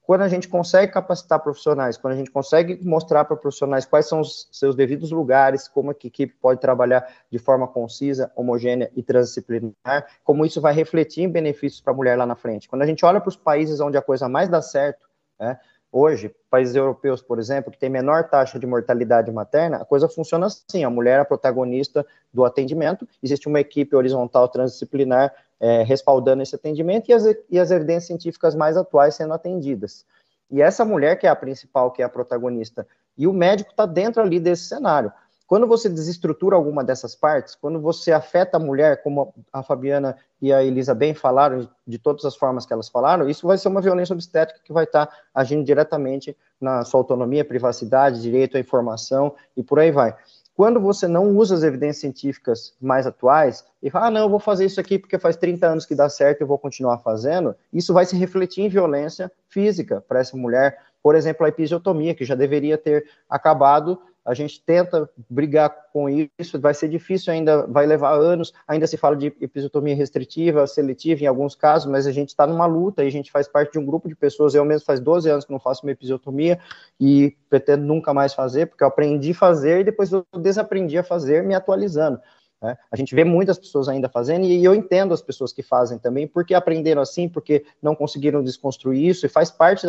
quando a gente consegue capacitar profissionais, quando a gente consegue mostrar para profissionais quais são os seus devidos lugares, como a equipe pode trabalhar de forma concisa, homogênea e transdisciplinar, como isso vai refletir em benefícios para a mulher lá na frente. Quando a gente olha para os países onde a coisa mais dá certo, né, hoje, países europeus, por exemplo, que tem menor taxa de mortalidade materna, a coisa funciona assim, a mulher é a protagonista do atendimento, existe uma equipe horizontal transdisciplinar respaldando esse atendimento e as evidências científicas mais atuais sendo atendidas. E essa mulher que é a principal, que é a protagonista, e o médico está dentro ali desse cenário. Quando você desestrutura alguma dessas partes, quando você afeta a mulher, como a Fabiana e a Elisa bem falaram, de todas as formas que elas falaram, isso vai ser uma violência obstétrica que vai estar agindo diretamente na sua autonomia, privacidade, direito à informação e por aí vai. Quando você não usa as evidências científicas mais atuais e fala, não, eu vou fazer isso aqui porque faz 30 anos que dá certo e eu vou continuar fazendo, isso vai se refletir em violência física para essa mulher. Por exemplo, a episiotomia, que já deveria ter acabado, a gente tenta brigar com isso, vai ser difícil ainda, vai levar anos, ainda se fala de episiotomia restritiva, seletiva em alguns casos, mas a gente está numa luta e a gente faz parte de um grupo de pessoas, eu mesmo faz 12 anos que não faço uma episiotomia e pretendo nunca mais fazer, porque eu aprendi a fazer e depois eu desaprendi a fazer me atualizando. Né? A gente vê muitas pessoas ainda fazendo e eu entendo as pessoas que fazem também, porque aprenderam assim, porque não conseguiram desconstruir isso e faz parte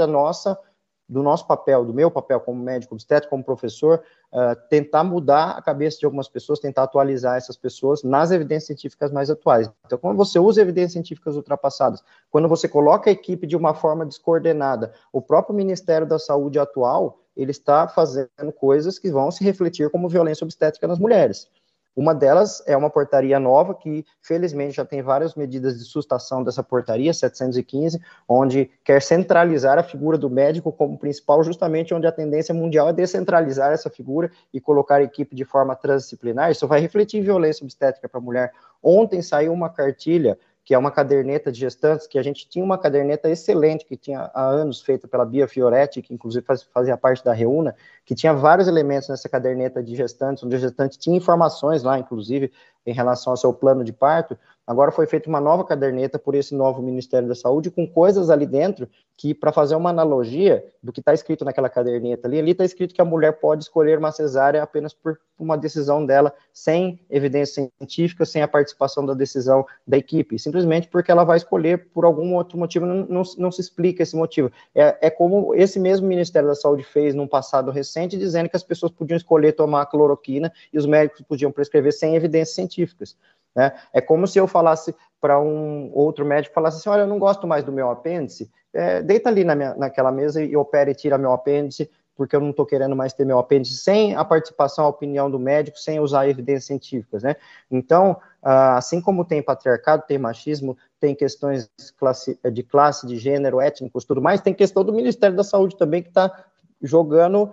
do nosso papel, do meu papel como médico obstétrico, como professor, tentar mudar a cabeça de algumas pessoas, tentar atualizar essas pessoas nas evidências científicas mais atuais. Então, quando você usa evidências científicas ultrapassadas, quando você coloca a equipe de uma forma descoordenada, o próprio Ministério da Saúde atual, ele está fazendo coisas que vão se refletir como violência obstétrica nas mulheres. Uma delas é uma portaria nova, que felizmente já tem várias medidas de sustação dessa portaria, 715, onde quer centralizar a figura do médico como principal, justamente onde a tendência mundial é descentralizar essa figura e colocar a equipe de forma transdisciplinar. Isso vai refletir em violência obstétrica para a mulher. Ontem saiu uma cartilha, que é uma caderneta de gestantes, que a gente tinha uma caderneta excelente, que tinha há anos feita pela Bia Fioretti, que inclusive fazia parte da Reúna, que tinha vários elementos nessa caderneta de gestantes, onde a gestante tinha informações lá, inclusive, em relação ao seu plano de parto. Agora foi feita uma nova caderneta por esse novo Ministério da Saúde, com coisas ali dentro que, para fazer uma analogia do que está escrito naquela caderneta ali está escrito que a mulher pode escolher uma cesárea apenas por uma decisão dela, sem evidência científica, sem a participação da decisão da equipe, simplesmente porque ela vai escolher por algum outro motivo, não se explica esse motivo. É como esse mesmo Ministério da Saúde fez num passado recente, dizendo que as pessoas podiam escolher tomar cloroquina e os médicos podiam prescrever sem evidências científicas. Né? É como se eu falasse para um outro médico, falasse assim, olha, eu não gosto mais do meu apêndice, deita ali naquela mesa e opera e tira meu apêndice, porque eu não estou querendo mais ter meu apêndice, sem a participação, a opinião do médico, sem usar evidências científicas, né? Então, assim como tem patriarcado, tem machismo, tem questões de classe, de gênero, étnicos, tudo mais, tem questão do Ministério da Saúde também, que está jogando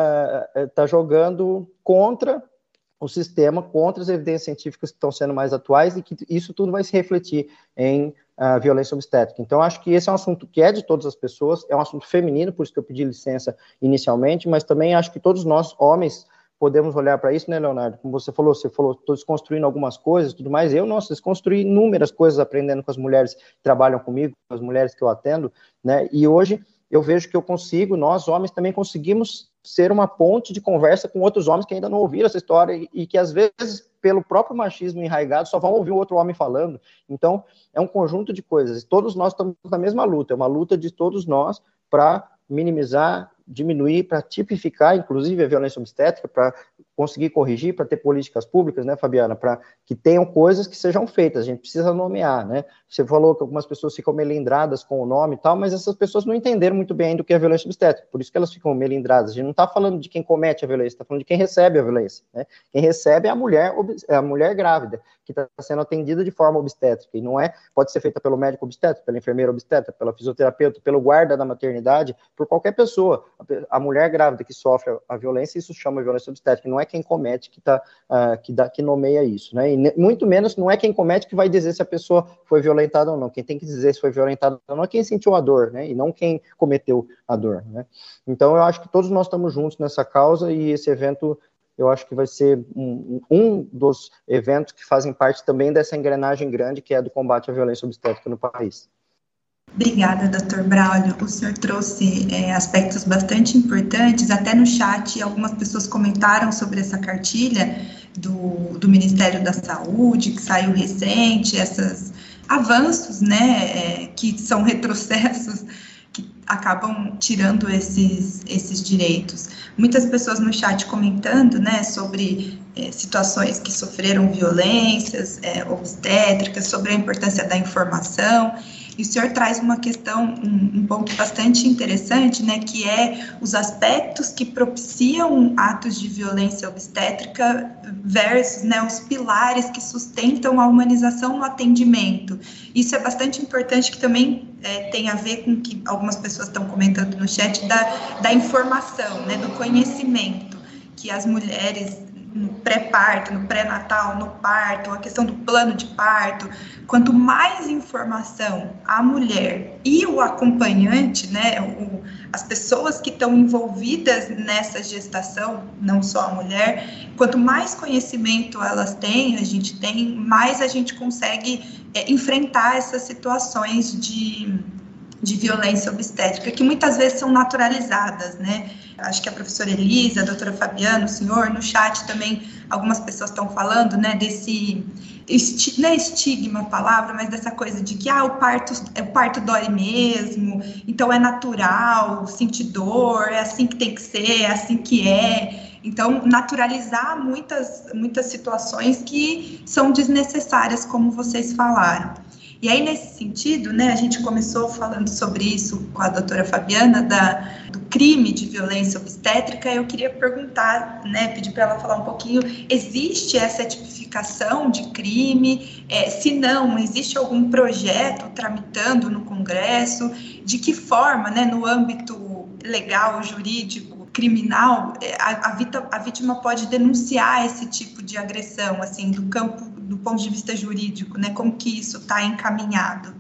contra o sistema, contra as evidências científicas que estão sendo mais atuais e que isso tudo vai se refletir em violência obstétrica. Então, acho que esse é um assunto que é de todas as pessoas, é um assunto feminino, por isso que eu pedi licença inicialmente, mas também acho que todos nós, homens, podemos olhar para isso, né, Leonardo? Como você falou, estou desconstruindo algumas coisas, tudo mais. Eu, desconstruí inúmeras coisas aprendendo com as mulheres que trabalham comigo, com as mulheres que eu atendo, né? E hoje eu vejo que eu consigo, nós, homens, também conseguimos ser uma ponte de conversa com outros homens que ainda não ouviram essa história e que, às vezes, pelo próprio machismo enraizado, só vão ouvir o outro homem falando. Então, é um conjunto de coisas. Todos nós estamos na mesma luta, é uma luta de todos nós para minimizar, diminuir, para tipificar, inclusive, a violência obstétrica, para conseguir corrigir, para ter políticas públicas, né, Fabiana, para que tenham coisas que sejam feitas, a gente precisa nomear, né? Você falou que algumas pessoas ficam melindradas com o nome e tal, mas essas pessoas não entenderam muito bem ainda o que é violência obstétrica, por isso que elas ficam melindradas. A gente não está falando de quem comete a violência, está falando de quem recebe a violência, né? Quem recebe é a mulher grávida, que está sendo atendida de forma obstétrica, e não pode ser feita pelo médico obstétrico, pela enfermeira obstétrica, pela fisioterapeuta, pelo guarda da maternidade, por qualquer pessoa. A mulher grávida que sofre a violência, isso chama violência obstétrica, não é quem comete que nomeia isso, né? E muito menos não é quem comete que vai dizer se a pessoa foi violentada ou não. Quem tem que dizer se foi violentada ou não é quem sentiu a dor, né? E não quem cometeu a dor, né? Então eu acho que todos nós estamos juntos nessa causa e esse evento eu acho que vai ser um dos eventos que fazem parte também dessa engrenagem grande que é do combate à violência obstétrica no país. Obrigada, Dr. Braulio. O senhor trouxe aspectos bastante importantes. Até no chat, algumas pessoas comentaram sobre essa cartilha do Ministério da Saúde, que saiu recente, esses avanços, né, que são retrocessos, que acabam tirando esses direitos. Muitas pessoas no chat comentando, né, sobre situações que sofreram violências obstétricas, sobre a importância da informação. E o senhor traz uma questão, um ponto bastante interessante, né, que é os aspectos que propiciam atos de violência obstétrica versus, né, os pilares que sustentam a humanização no atendimento. Isso é bastante importante, que também tem a ver com o que algumas pessoas estão comentando no chat, da informação, né, do conhecimento, que as mulheres no pré-parto, no pré-natal, no parto, a questão do plano de parto, quanto mais informação a mulher e o acompanhante, né, as pessoas que estão envolvidas nessa gestação, não só a mulher, quanto mais conhecimento elas têm, a gente tem, mais a gente consegue enfrentar essas situações de violência obstétrica, que muitas vezes são naturalizadas, né? Acho que a professora Elisa, a doutora Fabiana, o senhor, no chat também, algumas pessoas estão falando, né, desse, não é estigma a palavra, mas dessa coisa de que o parto dói mesmo, então é natural, sentir dor, é assim que tem que ser, é assim que é. Então, naturalizar muitas situações que são desnecessárias, como vocês falaram. E aí, nesse sentido, né, a gente começou falando sobre isso com a doutora Fabiana, do crime de violência obstétrica. Eu queria perguntar, né, pedir para ela falar um pouquinho, existe essa tipificação de crime? Se não, existe algum projeto tramitando no Congresso? De que forma, né, no âmbito legal, jurídico, criminal, a vítima pode denunciar esse tipo de agressão, assim, do ponto de vista jurídico, né? Como que isso está encaminhado?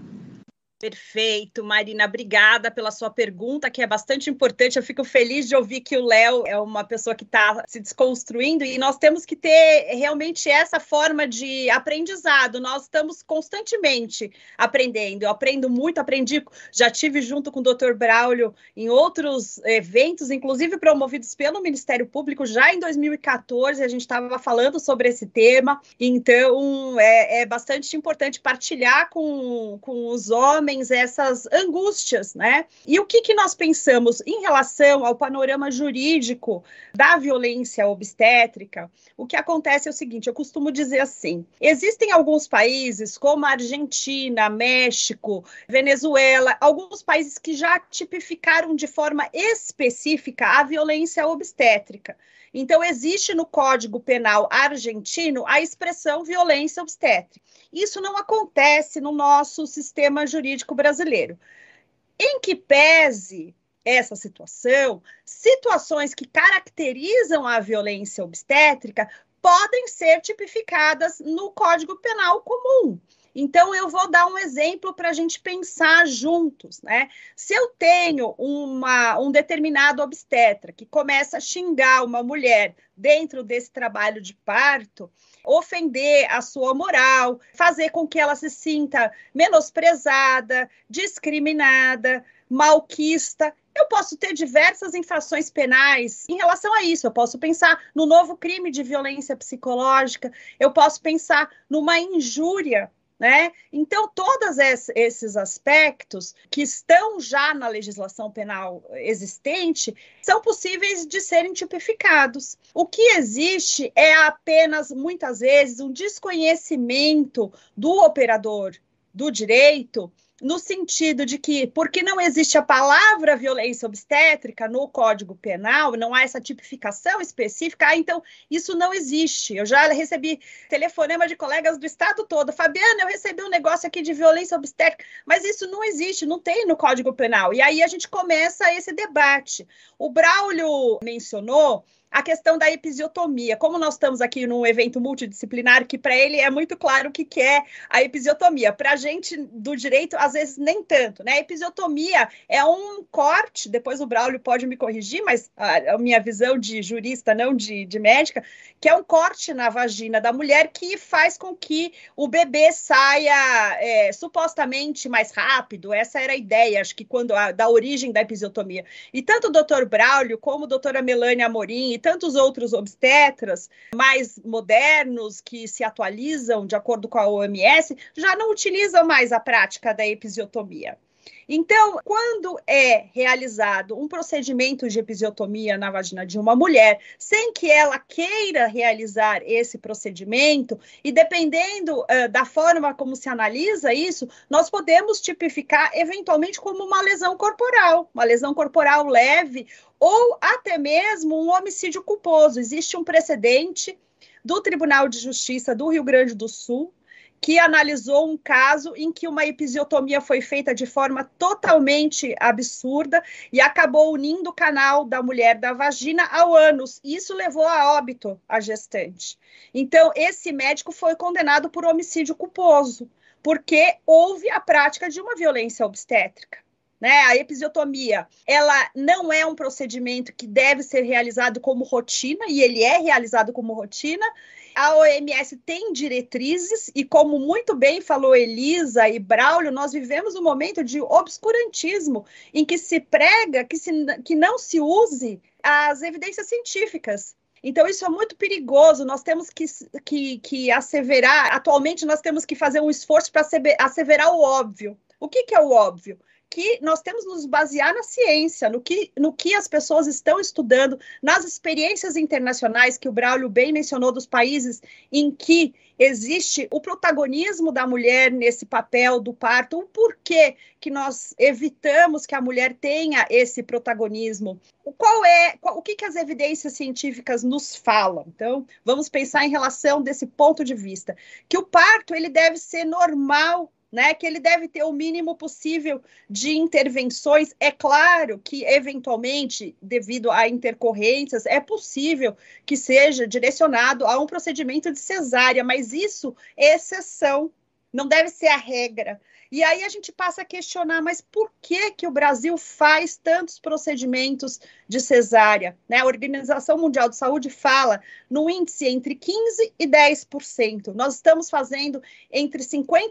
Perfeito, Marina, obrigada pela sua pergunta, que é bastante importante. Eu fico feliz de ouvir que o Léo é uma pessoa que está se desconstruindo, e nós temos que ter realmente essa forma de aprendizado. Nós estamos constantemente aprendendo. Eu aprendo muito, já tive junto com o Dr. Braulio em outros eventos, inclusive promovidos pelo Ministério Público, já em 2014, a gente estava falando sobre esse tema. Então, é bastante importante partilhar com os homens essas angústias, né? E o que nós pensamos em relação ao panorama jurídico da violência obstétrica? O que acontece é o seguinte, eu costumo dizer assim, existem alguns países como a Argentina, México, Venezuela, alguns países que já tipificaram de forma específica a violência obstétrica. Então, existe no Código Penal argentino a expressão violência obstétrica. Isso não acontece no nosso sistema jurídico brasileiro. Em que pese essa situação, situações que caracterizam a violência obstétrica podem ser tipificadas no Código Penal comum. Então, eu vou dar um exemplo para a gente pensar juntos, né? Se eu tenho um determinado obstetra que começa a xingar uma mulher dentro desse trabalho de parto, ofender a sua moral, fazer com que ela se sinta menosprezada, discriminada, malquista, eu posso ter diversas infrações penais em relação a isso. Eu posso pensar no novo crime de violência psicológica, eu posso pensar numa injúria, né? Então, todos esses aspectos que estão já na legislação penal existente são possíveis de serem tipificados. O que existe é apenas, muitas vezes, um desconhecimento do operador do direito, no sentido de que, porque não existe a palavra violência obstétrica no Código Penal, não há essa tipificação específica, então isso não existe. Eu já recebi telefonema de colegas do estado todo, Fabiana, eu recebi um negócio aqui de violência obstétrica, mas isso não existe, não tem no Código Penal. E aí a gente começa esse debate. O Braulio mencionou a questão da episiotomia. Como nós estamos aqui num evento multidisciplinar, que para ele é muito claro o que é a episiotomia. Para a gente do direito, às vezes, nem tanto, né? A episiotomia é um corte, depois o Braulio pode me corrigir, mas a minha visão de jurista, não de médica, que é um corte na vagina da mulher que faz com que o bebê saia supostamente mais rápido. Essa era a ideia, acho que da origem da episiotomia. E tanto o doutor Braulio como a doutora Melânia Amorim e tantos outros obstetras mais modernos que se atualizam de acordo com a OMS já não utilizam mais a prática da episiotomia. Então, quando é realizado um procedimento de episiotomia na vagina de uma mulher, sem que ela queira realizar esse procedimento, e dependendo da forma como se analisa isso, nós podemos tipificar eventualmente como uma lesão corporal leve, ou até mesmo um homicídio culposo. Existe um precedente do Tribunal de Justiça do Rio Grande do Sul, que analisou um caso em que uma episiotomia foi feita de forma totalmente absurda e acabou unindo o canal da mulher da vagina ao ânus. Isso levou a óbito a gestante. Então, esse médico foi condenado por homicídio culposo, porque houve a prática de uma violência obstétrica. Né? A episiotomia, ela não é um procedimento que deve ser realizado como rotina, e ele é realizado como rotina. A OMS tem diretrizes, e como muito bem falou Elisa e Braulio, nós vivemos um momento de obscurantismo, em que se prega que não se use as evidências científicas. Então, isso é muito perigoso. Nós temos que asseverar, atualmente nós temos que fazer um esforço para asseverar o óbvio. O que é o óbvio? Que nós temos que nos basear na ciência, no que as pessoas estão estudando, nas experiências internacionais que o Braulio bem mencionou, dos países em que existe o protagonismo da mulher nesse papel do parto, o porquê que nós evitamos que a mulher tenha esse protagonismo. O que as evidências científicas nos falam? Então, vamos pensar em relação desse ponto de vista, que o parto ele deve ser normal, né, que ele deve ter o mínimo possível de intervenções. É claro que, eventualmente, devido a intercorrências, é possível que seja direcionado a um procedimento de cesárea, mas isso é exceção, não deve ser a regra. E aí a gente passa a questionar, mas por que o Brasil faz tantos procedimentos de cesárea? Né? A Organização Mundial de Saúde fala no índice entre 15% e 10%. Nós estamos fazendo entre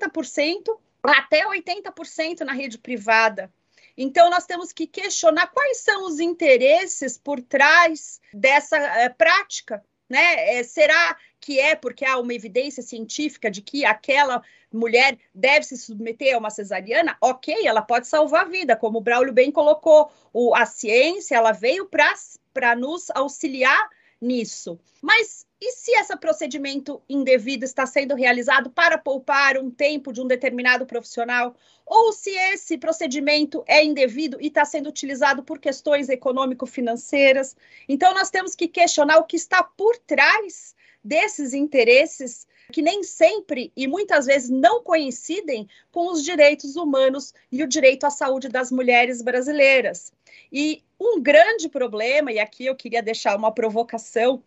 50% até 80% na rede privada. Então, nós temos que questionar quais são os interesses por trás dessa prática. Né? Será que é porque há uma evidência científica de que aquela mulher deve se submeter a uma cesariana? Ok, ela pode salvar a vida, como o Braulio bem colocou. A ciência ela veio para nos auxiliar nisso. Mas e se esse procedimento indevido está sendo realizado para poupar um tempo de um determinado profissional? Ou se esse procedimento é indevido e está sendo utilizado por questões econômico-financeiras? Então, nós temos que questionar o que está por trás desses interesses que nem sempre e muitas vezes não coincidem com os direitos humanos e o direito à saúde das mulheres brasileiras. E um grande problema, e aqui eu queria deixar uma provocação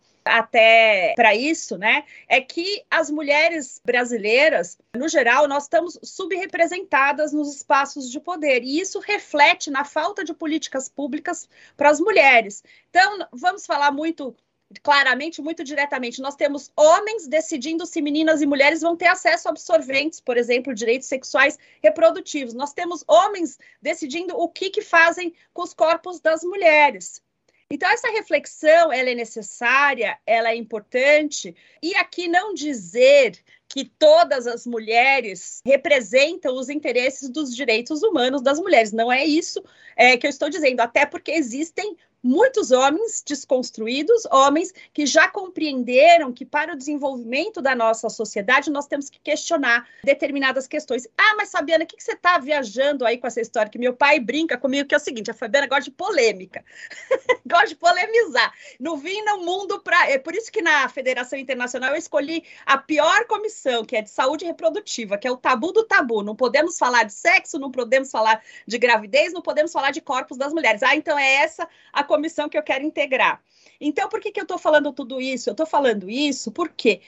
até para isso, né, é que as mulheres brasileiras, no geral, nós estamos subrepresentadas nos espaços de poder, e isso reflete na falta de políticas públicas para as mulheres. Então, vamos falar muito claramente, muito diretamente, nós temos homens decidindo se meninas e mulheres vão ter acesso a absorventes, por exemplo, direitos sexuais reprodutivos. Nós temos homens decidindo o que fazem com os corpos das mulheres. Então, essa reflexão, ela é necessária, ela é importante, e aqui não dizer que todas as mulheres representam os interesses dos direitos humanos das mulheres, não é isso que eu estou dizendo, até porque existem muitos homens desconstruídos, homens que já compreenderam que para o desenvolvimento da nossa sociedade nós temos que questionar determinadas questões. Ah, mas Fabiana, o que você está viajando aí com essa história? Que meu pai brinca comigo que é o seguinte, a Fabiana gosta de polêmica, gosta de polemizar. Não vim no mundo para... É por isso que na Federação Internacional eu escolhi a pior comissão, que é de saúde reprodutiva, que é o tabu do tabu. Não podemos falar de sexo, não podemos falar de gravidez, não podemos falar de corpos das mulheres. Ah, então é essa a comissão que eu quero integrar. Então, por que eu estou falando tudo isso? Eu estou falando isso porque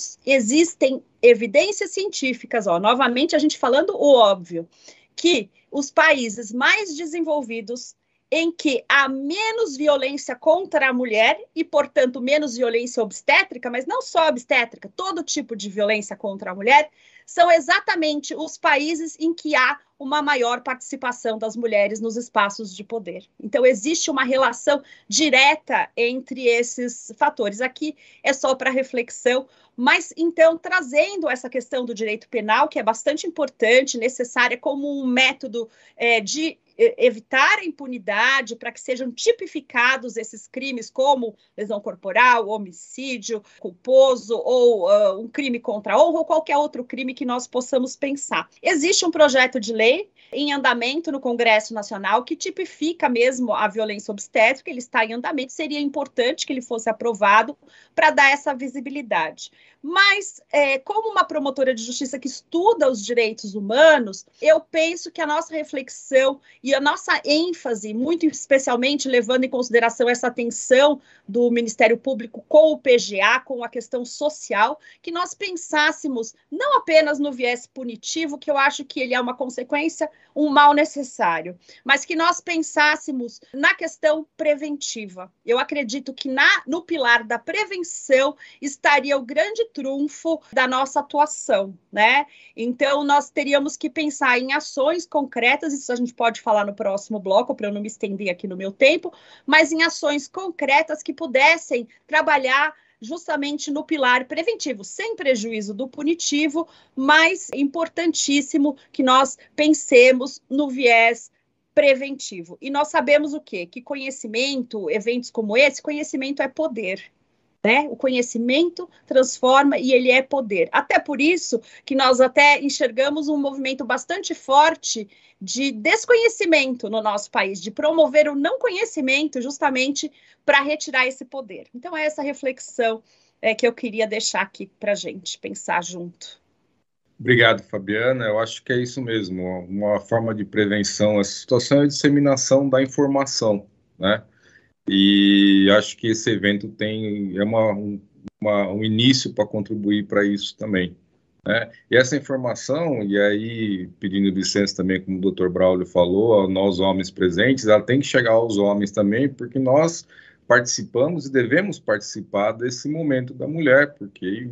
existem evidências científicas, novamente a gente falando o óbvio, que os países mais desenvolvidos em que há menos violência contra a mulher e, portanto, menos violência obstétrica, mas não só obstétrica, todo tipo de violência contra a mulher, são exatamente os países em que há uma maior participação das mulheres nos espaços de poder. Então, existe uma relação direta entre esses fatores. Aqui é só para reflexão, mas, então, trazendo essa questão do direito penal, que é bastante importante, necessária como um método de evitar a impunidade, para que sejam tipificados esses crimes como lesão corporal, homicídio culposo ou um crime contra a honra ou qualquer outro crime que nós possamos pensar. Existe um projeto de lei em andamento no Congresso Nacional que tipifica mesmo a violência obstétrica, ele está em andamento, seria importante que ele fosse aprovado para dar essa visibilidade. Mas, como uma promotora de justiça que estuda os direitos humanos, eu penso que a nossa reflexão e a nossa ênfase, muito especialmente levando em consideração essa tensão do Ministério Público com o PGA, com a questão social, que nós pensássemos não apenas no viés punitivo, que eu acho que ele é uma consequência, um mal necessário, mas que nós pensássemos na questão preventiva. Eu acredito que no pilar da prevenção estaria o grande trunfo da nossa atuação, né? Então, nós teríamos que pensar em ações concretas, isso a gente pode falar no próximo bloco, para eu não me estender aqui no meu tempo, mas em ações concretas que pudessem trabalhar justamente no pilar preventivo, sem prejuízo do punitivo, mas importantíssimo que nós pensemos no viés preventivo. E nós sabemos o quê? Que conhecimento, eventos como esse, conhecimento é poder. Né? O conhecimento transforma e ele é poder. Até por isso que nós até enxergamos um movimento bastante forte de desconhecimento no nosso país, de promover o não conhecimento justamente para retirar esse poder. Então, é essa reflexão que eu queria deixar aqui para a gente pensar junto. Obrigado, Fabiana. Eu acho que é isso mesmo. Uma forma de prevenção. Essa situação é a disseminação da informação, né? E acho que esse evento um início para contribuir para isso também, né? E essa informação, e aí pedindo licença também, como o Dr. Braulio falou, nós homens presentes, ela tem que chegar aos homens também, porque nós participamos e devemos participar desse momento da mulher, porque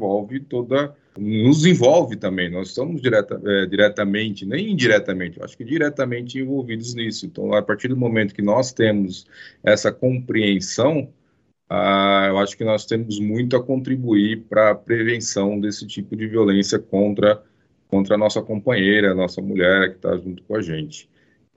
nos envolve também, nós estamos diretamente, nem indiretamente, acho que diretamente envolvidos nisso. Então, a partir do momento que nós temos essa compreensão, eu acho que nós temos muito a contribuir para a prevenção desse tipo de violência contra a nossa companheira, a nossa mulher que está junto com a gente.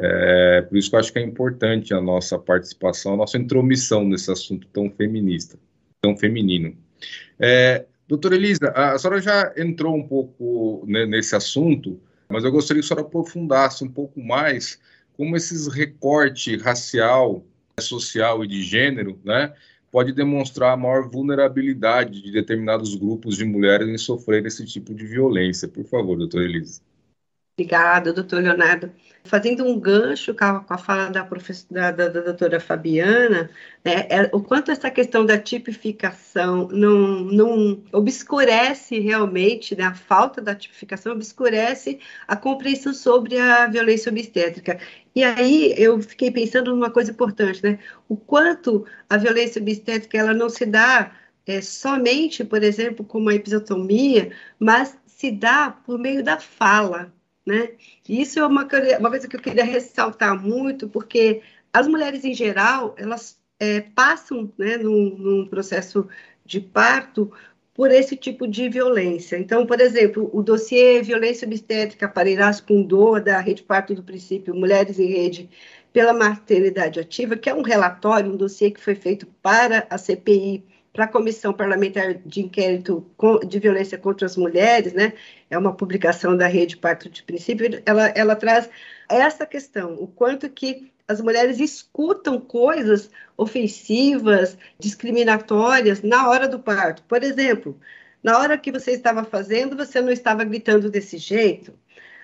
Por isso que eu acho que é importante a nossa participação, a nossa intromissão nesse assunto tão feminista, tão feminino. Doutora Elisa, a senhora já entrou um pouco nesse assunto, mas eu gostaria que a senhora aprofundasse um pouco mais como esses recortes racial, social e de gênero, né, pode demonstrar a maior vulnerabilidade de determinados grupos de mulheres em sofrer esse tipo de violência. Por favor, doutora Elisa. Obrigada, doutor Leonardo. Fazendo um gancho com a fala da doutora Fabiana, né, o quanto essa questão da tipificação não obscurece realmente, né, a falta da tipificação obscurece a compreensão sobre a violência obstétrica. E aí eu fiquei pensando numa coisa importante, né, o quanto a violência obstétrica ela não se dá somente, por exemplo, como a episiotomia, mas se dá por meio da fala. Né? E isso é uma coisa que eu queria ressaltar muito, porque as mulheres, em geral, elas passam, né, num processo de parto por esse tipo de violência. Então, por exemplo, o dossiê Violência Obstétrica para Irascundô, da Rede Parto do Princípio, Mulheres em Rede pela Maternidade Ativa, que é um relatório, um dossiê que foi feito para a CPI, para a Comissão Parlamentar de Inquérito de Violência contra as Mulheres, né? É uma publicação da Rede Parto de Princípio, ela traz essa questão, o quanto que as mulheres escutam coisas ofensivas, discriminatórias na hora do parto. Por exemplo, na hora que você estava fazendo, você não estava gritando desse jeito.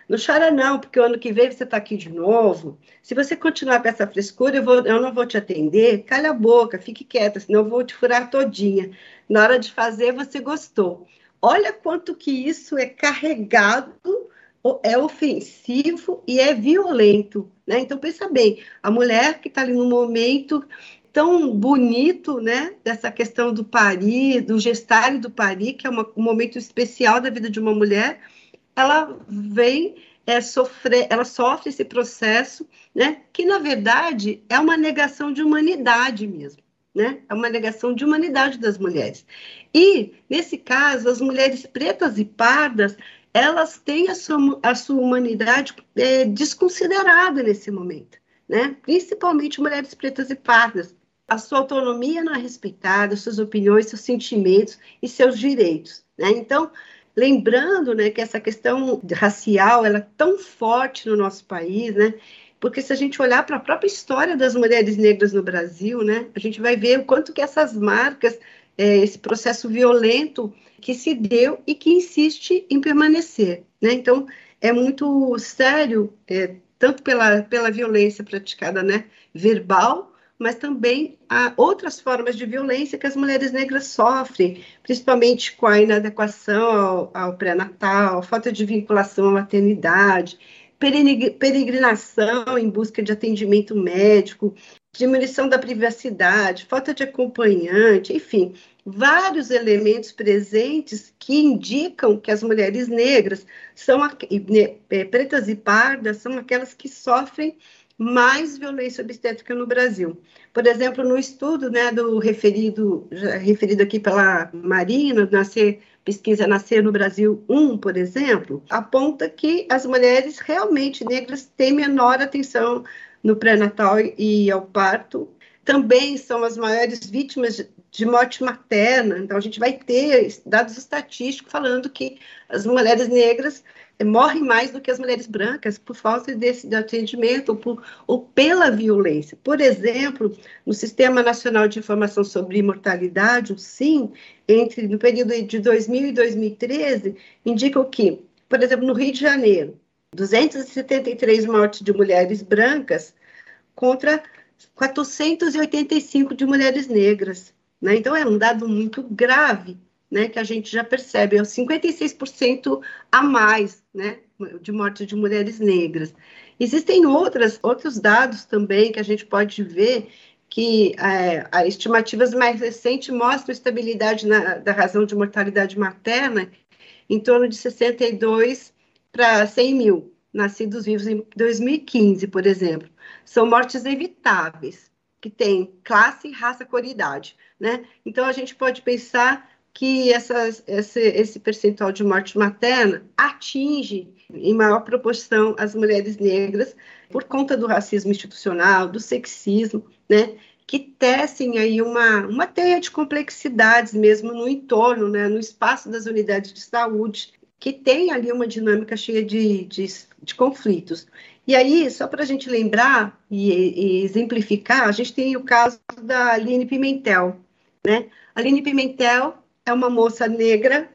Não chora não, porque o ano que vem você está aqui de novo. Se você continuar com essa frescura, eu não vou te atender. Cala a boca, fique quieta, senão eu vou te furar todinha. Na hora de fazer, você gostou. Olha quanto que isso é carregado, é ofensivo e é violento, né? Então, pensa bem, a mulher que está ali no momento tão bonito, né, dessa questão do parir, do gestar e do parir, que é um momento especial da vida de uma mulher, ela vem sofrer, ela sofre esse processo, né, que na verdade é uma negação de humanidade mesmo, né, é uma negação de humanidade das mulheres. E, nesse caso, as mulheres pretas e pardas, elas têm a sua humanidade desconsiderada nesse momento, né, principalmente mulheres pretas e pardas. A sua autonomia não é respeitada, suas opiniões, seus sentimentos e seus direitos, né? Então, lembrando, né, que essa questão racial ela é tão forte no nosso país, né? Porque se a gente olhar para a própria história das mulheres negras no Brasil, né, a gente vai ver o quanto que essas marcas, esse processo violento que se deu e que insiste em permanecer, né? Então, é muito sério, tanto pela violência praticada, né, verbal, mas também há outras formas de violência que as mulheres negras sofrem, principalmente com a inadequação ao pré-natal, falta de vinculação à maternidade, peregrinação em busca de atendimento médico, diminuição da privacidade, falta de acompanhante, enfim, vários elementos presentes que indicam que as mulheres negras pretas e pardas são aquelas que sofrem mais violência obstétrica no Brasil. Por exemplo, no estudo, né, referido aqui pela Marina, pesquisa Nascer no Brasil 1, por exemplo, aponta que as mulheres realmente negras têm menor atenção no pré-natal e ao parto, também são as maiores vítimas de morte materna. Então, a gente vai ter dados estatísticos falando que as mulheres negras morrem mais do que as mulheres brancas por falta de atendimento ou pela violência. Por exemplo, no Sistema Nacional de Informação sobre Mortalidade, o SIM, no período de 2000 e 2013, indicam que, por exemplo, no Rio de Janeiro, 273 mortes de mulheres brancas contra 485 de mulheres negras, né? Então, é um dado muito grave, né, que a gente já percebe, é 56% a mais, né, de morte de mulheres negras. Existem outros dados também que a gente pode ver que as estimativas mais recentes mostram estabilidade da razão de mortalidade materna em torno de 62 para 100 mil nascidos vivos em 2015, por exemplo. São mortes evitáveis, que têm classe, raça, cor e idade, né? Então, a gente pode pensar que esse percentual de morte materna atinge em maior proporção as mulheres negras por conta do racismo institucional, do sexismo, né, que tecem aí uma teia de complexidades mesmo no entorno, né, no espaço das unidades de saúde, que tem ali uma dinâmica cheia de conflitos. E aí, só para a gente lembrar e exemplificar, a gente tem o caso da Aline Pimentel, né? A Aline Pimentel era uma moça negra,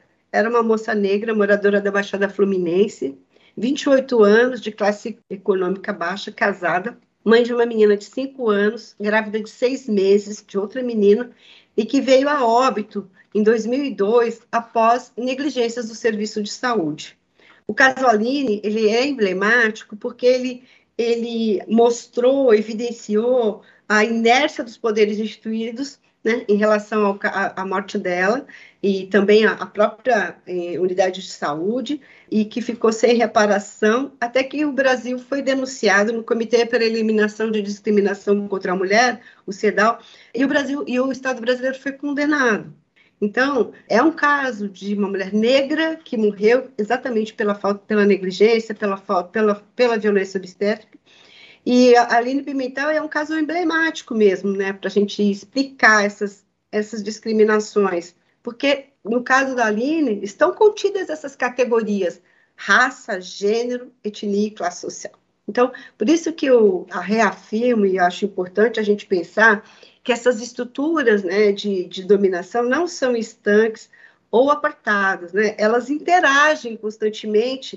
moradora da Baixada Fluminense, 28 anos, de classe econômica baixa, casada, mãe de uma menina de 5 anos, grávida de 6 meses, de outra menina, e que veio a óbito em 2002, após negligências do serviço de saúde. O caso Aline, ele é emblemático porque ele mostrou, evidenciou a inércia dos poderes instituídos, né, em relação à morte dela, e também a própria unidade de saúde, e que ficou sem reparação, até que o Brasil foi denunciado no Comitê para a Eliminação de Discriminação contra a Mulher, o CEDAW, e o Estado brasileiro foi condenado. Então, é um caso de uma mulher negra que morreu exatamente pela negligência, pela violência obstétrica. E a Aline Pimentel é um caso emblemático mesmo, né, para a gente explicar essas discriminações. Porque, no caso da Aline, estão contidas essas categorias: raça, gênero, etnia e classe social. Então, por isso que eu reafirmo e acho importante a gente pensar que essas estruturas, né, de dominação não são estanques ou apartadas, né? Elas interagem constantemente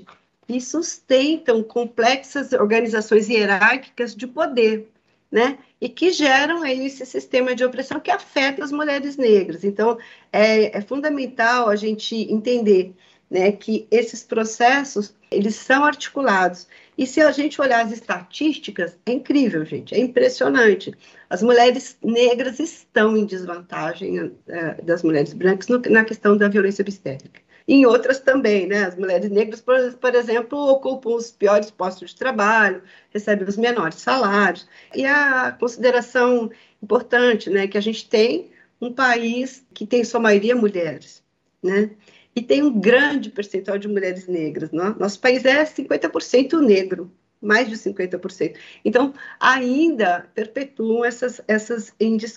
e sustentam complexas organizações hierárquicas de poder, né? E que geram aí esse sistema de opressão que afeta as mulheres negras. Então, é fundamental a gente entender, né, que esses processos, eles são articulados. E se a gente olhar as estatísticas, é incrível, gente, é impressionante. As mulheres negras estão em desvantagem das mulheres brancas na questão da violência obstétrica. Em outras também, né? As mulheres negras, por exemplo, ocupam os piores postos de trabalho, recebem os menores salários. E a consideração importante, né, que a gente tem um país que tem sua maioria mulheres, né? E tem um grande percentual de mulheres negras. Nosso país é 50% negro, mais de 50%. Então, ainda perpetuam essas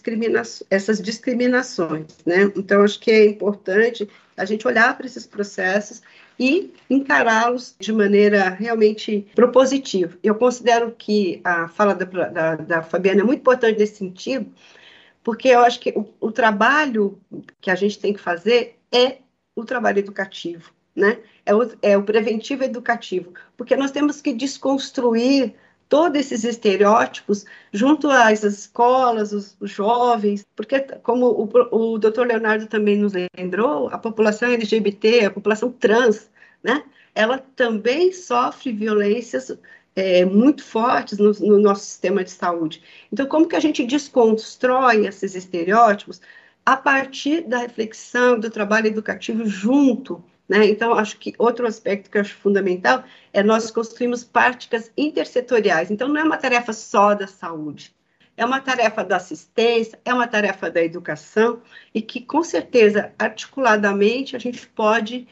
discriminações, né? Então, acho que é importante a gente olhar para esses processos e encará-los de maneira realmente propositiva. Eu considero que a fala da Fabiana é muito importante nesse sentido, porque eu acho que o trabalho que a gente tem que fazer é o trabalho educativo, né? É o preventivo educativo, porque nós temos que desconstruir todos esses estereótipos junto às escolas, os jovens, porque, como o doutor Leonardo também nos lembrou, a população LGBT, a população trans, né? Ela também sofre violências muito fortes no nosso sistema de saúde. Então, como que a gente desconstrói esses estereótipos a partir da reflexão, do trabalho educativo junto, né? Então, acho que outro aspecto que eu acho fundamental é nós construirmos práticas intersetoriais. Então, não é uma tarefa só da saúde, é uma tarefa da assistência, é uma tarefa da educação, e que, com certeza, articuladamente, a gente pode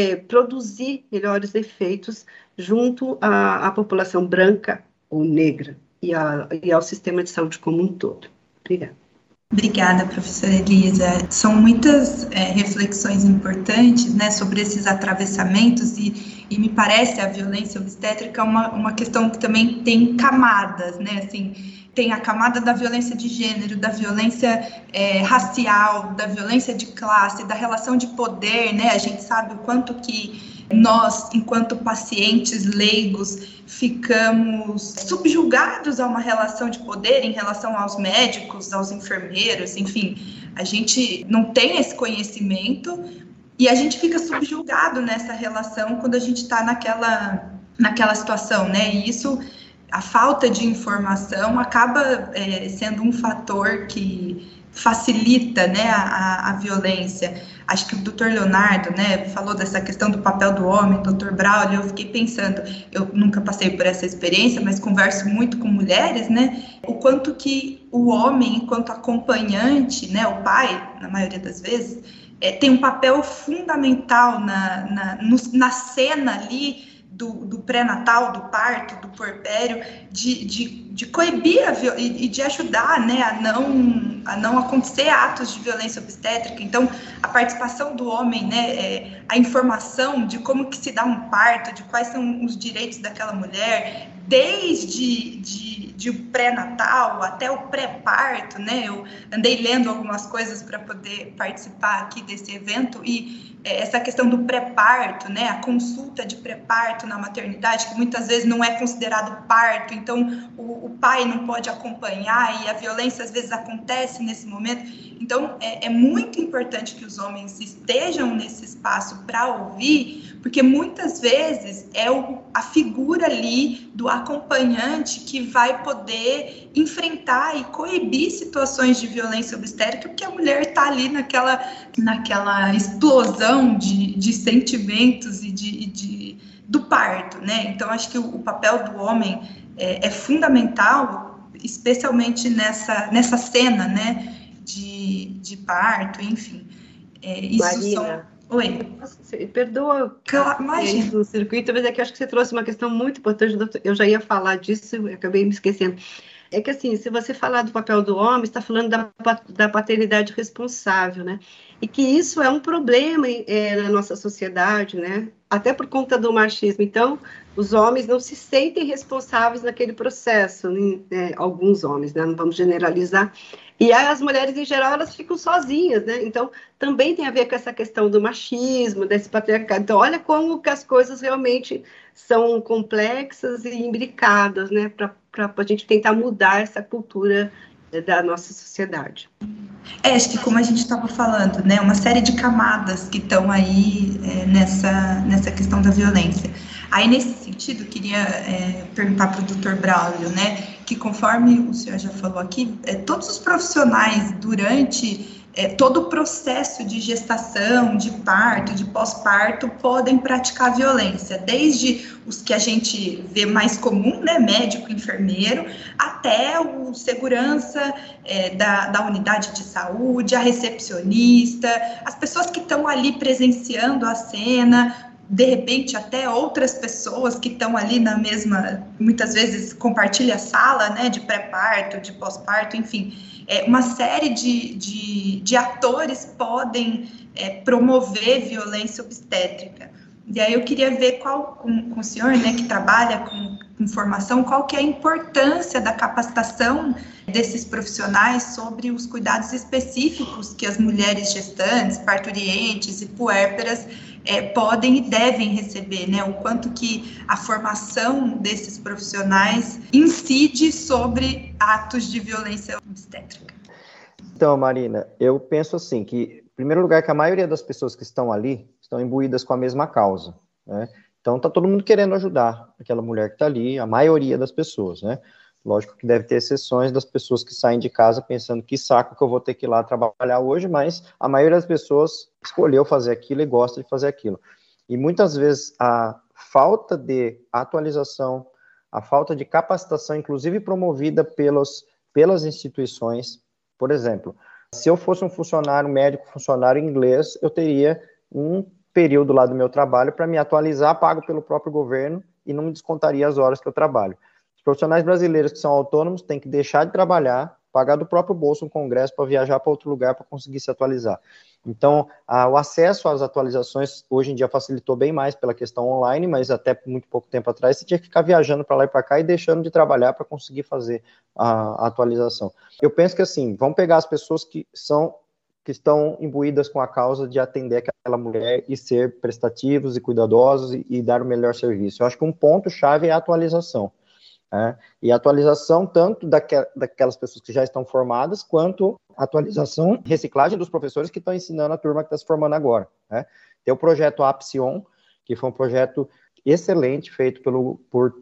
produzir melhores efeitos junto à população branca ou negra e ao sistema de saúde como um todo. Obrigada. Obrigada, professora Elisa. São muitas reflexões importantes, né, sobre esses atravessamentos e me parece a violência obstétrica uma questão que também tem camadas, né, assim, tem a camada da violência de gênero, da violência racial, da violência de classe, da relação de poder, né, a gente sabe o quanto que nós, enquanto pacientes leigos, ficamos subjugados a uma relação de poder em relação aos médicos, aos enfermeiros, enfim, a gente não tem esse conhecimento e a gente fica subjugado nessa relação quando a gente está naquela situação, né? E isso, a falta de informação acaba sendo um fator que facilita, né, a violência. Acho que o Dr. Leonardo, né, falou dessa questão do papel do homem, o Dr. Braulio, eu fiquei pensando, eu nunca passei por essa experiência, mas converso muito com mulheres, né, o quanto que o homem, enquanto acompanhante, né, o pai, na maioria das vezes, tem um papel fundamental na cena ali do pré-natal, do parto, do puerpério, de coibir e de ajudar, né, a não acontecer atos de violência obstétrica. Então, a participação do homem, né, a informação de como que se dá um parto, de quais são os direitos daquela mulher, desde o pré-natal até o pré-parto, né, eu andei lendo algumas coisas para poder participar aqui desse evento e essa questão do pré-parto, né, a consulta de pré-parto na maternidade, que muitas vezes não é considerado parto, então o pai não pode acompanhar e a violência às vezes acontece nesse momento. Então, é muito importante que os homens estejam nesse espaço para ouvir, porque muitas vezes é a figura ali do acompanhante que vai poder enfrentar e coibir situações de violência obstétrica, porque a mulher está ali naquela explosão de sentimentos e do parto, né? Então, acho que o papel do homem é fundamental, especialmente nessa cena, né, de parto, enfim. Marina, Oi. Perdoa o circuito, mas é que eu acho que você trouxe uma questão muito importante, eu já ia falar disso, eu acabei me esquecendo. É que, assim, se você falar do papel do homem, está falando da paternidade responsável, né? E que isso é um problema na nossa sociedade, né? Até por conta do machismo. Então, os homens não se sentem responsáveis naquele processo, né? Alguns homens, né? Não vamos generalizar. E as mulheres, em geral, elas ficam sozinhas, né? Então, também tem a ver com essa questão do machismo, desse patriarcado. Então, olha como que as coisas realmente são complexas e imbricadas, né? Para a gente tentar mudar essa cultura da nossa sociedade. Acho que como a gente estava falando, né, uma série de camadas que estão aí nessa questão da violência. Aí, nesse sentido, queria perguntar para o Dr. Braulio, né, que conforme o senhor já falou aqui, todos os profissionais durante todo o processo de gestação, de parto, de pós-parto, podem praticar violência, desde os que a gente vê mais comum, né, médico, enfermeiro, até o segurança da unidade de saúde, a recepcionista, as pessoas que estão ali presenciando a cena, de repente até outras pessoas que estão ali na mesma, muitas vezes compartilha a sala, né, de pré-parto, de pós-parto, enfim, uma série de atores podem promover violência obstétrica. E aí eu queria ver com o senhor, né, que trabalha com formação, qual que é a importância da capacitação desses profissionais sobre os cuidados específicos que as mulheres gestantes, parturientes e puérperas podem e devem receber, né? O quanto que a formação desses profissionais incide sobre atos de violência obstétrica. Então, Marina, eu penso assim, que, em primeiro lugar, que a maioria das pessoas que estão ali estão imbuídas com a mesma causa, né? Então, está todo mundo querendo ajudar aquela mulher que está ali, a maioria das pessoas, né? Lógico que deve ter exceções das pessoas que saem de casa pensando que saco que eu vou ter que ir lá trabalhar hoje, mas a maioria das pessoas escolheu fazer aquilo e gosta de fazer aquilo. E muitas vezes a falta de atualização, a falta de capacitação, inclusive promovida pelas instituições, por exemplo, se eu fosse um funcionário médico, funcionário inglês, eu teria um período lá do meu trabalho para me atualizar, pago pelo próprio governo, e não me descontaria as horas que eu trabalho. Os profissionais brasileiros que são autônomos têm que deixar de trabalhar, pagar do próprio bolso um congresso para viajar para outro lugar para conseguir se atualizar. Então, o acesso às atualizações hoje em dia facilitou bem mais pela questão online, mas até muito pouco tempo atrás você tinha que ficar viajando para lá e para cá e deixando de trabalhar para conseguir fazer a atualização. Eu penso que assim, vamos pegar as pessoas que estão imbuídas com a causa de atender aquela mulher e ser prestativos e cuidadosos e dar o melhor serviço. Eu acho que um ponto-chave é a atualização. E a atualização tanto daquelas pessoas que já estão formadas, quanto a atualização, reciclagem dos professores que estão ensinando a turma que está se formando agora. Tem o projeto Apsion, que foi um projeto excelente, feito por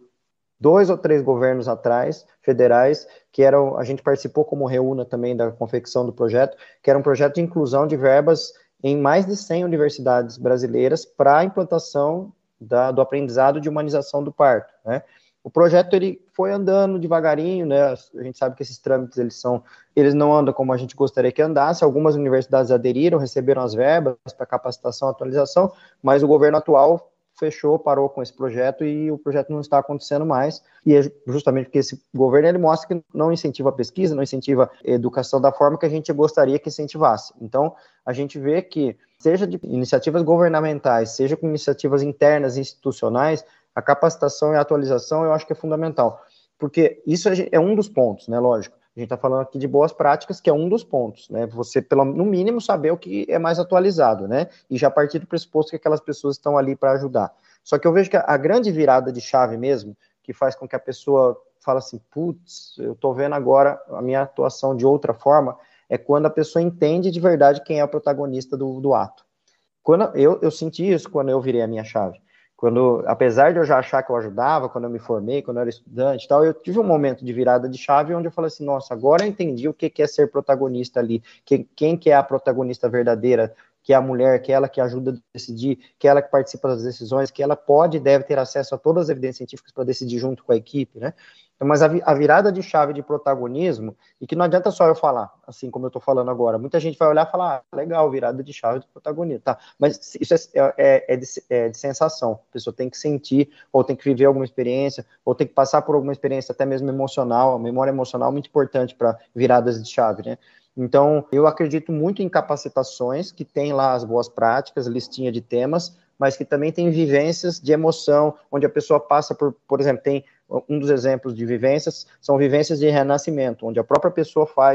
2 ou 3 governos atrás, federais, que a gente participou como Reúna também da confecção do projeto, que era um projeto de inclusão de verbas em mais de 100 universidades brasileiras para a implantação do aprendizado de humanização do parto, né? O projeto ele foi andando devagarinho, né? A gente sabe que esses trâmites eles não andam como a gente gostaria que andasse. Algumas universidades aderiram, receberam as verbas para capacitação e atualização, mas o governo atual parou com esse projeto e o projeto não está acontecendo mais. E é justamente porque esse governo ele mostra que não incentiva a pesquisa, não incentiva a educação da forma que a gente gostaria que incentivasse. Então, a gente vê que, seja de iniciativas governamentais, seja com iniciativas internas institucionais, a capacitação e a atualização eu acho que é fundamental, porque isso é um dos pontos, né, lógico, a gente está falando aqui de boas práticas, que é um dos pontos, né, você, no mínimo, saber o que é mais atualizado, né, e já partir do pressuposto que aquelas pessoas estão ali para ajudar. Só que eu vejo que a grande virada de chave mesmo, que faz com que a pessoa fala assim, putz, eu estou vendo agora a minha atuação de outra forma, é quando a pessoa entende de verdade quem é o protagonista do ato. Quando eu senti isso quando eu virei a minha chave. Apesar de eu já achar que eu ajudava, quando eu me formei, quando eu era estudante e tal, eu tive um momento de virada de chave onde eu falei assim, nossa, agora eu entendi o que é ser protagonista ali, quem que é a protagonista verdadeira, que é a mulher, que é ela que ajuda a decidir, que é ela que participa das decisões, que ela pode e deve ter acesso a todas as evidências científicas para decidir junto com a equipe, né? Mas a virada de chave de protagonismo, e que não adianta só eu falar, assim como eu estou falando agora, muita gente vai olhar e falar, legal, virada de chave de protagonismo, tá? Mas isso é de sensação, a pessoa tem que sentir, ou tem que viver alguma experiência, ou tem que passar por alguma experiência até mesmo emocional, a memória emocional é muito importante para viradas de chave, né? Então, eu acredito muito em capacitações que tem lá as boas práticas, listinha de temas, mas que também tem vivências de emoção, onde a pessoa passa por exemplo, tem um dos exemplos de vivências, são vivências de renascimento, onde a própria pessoa faz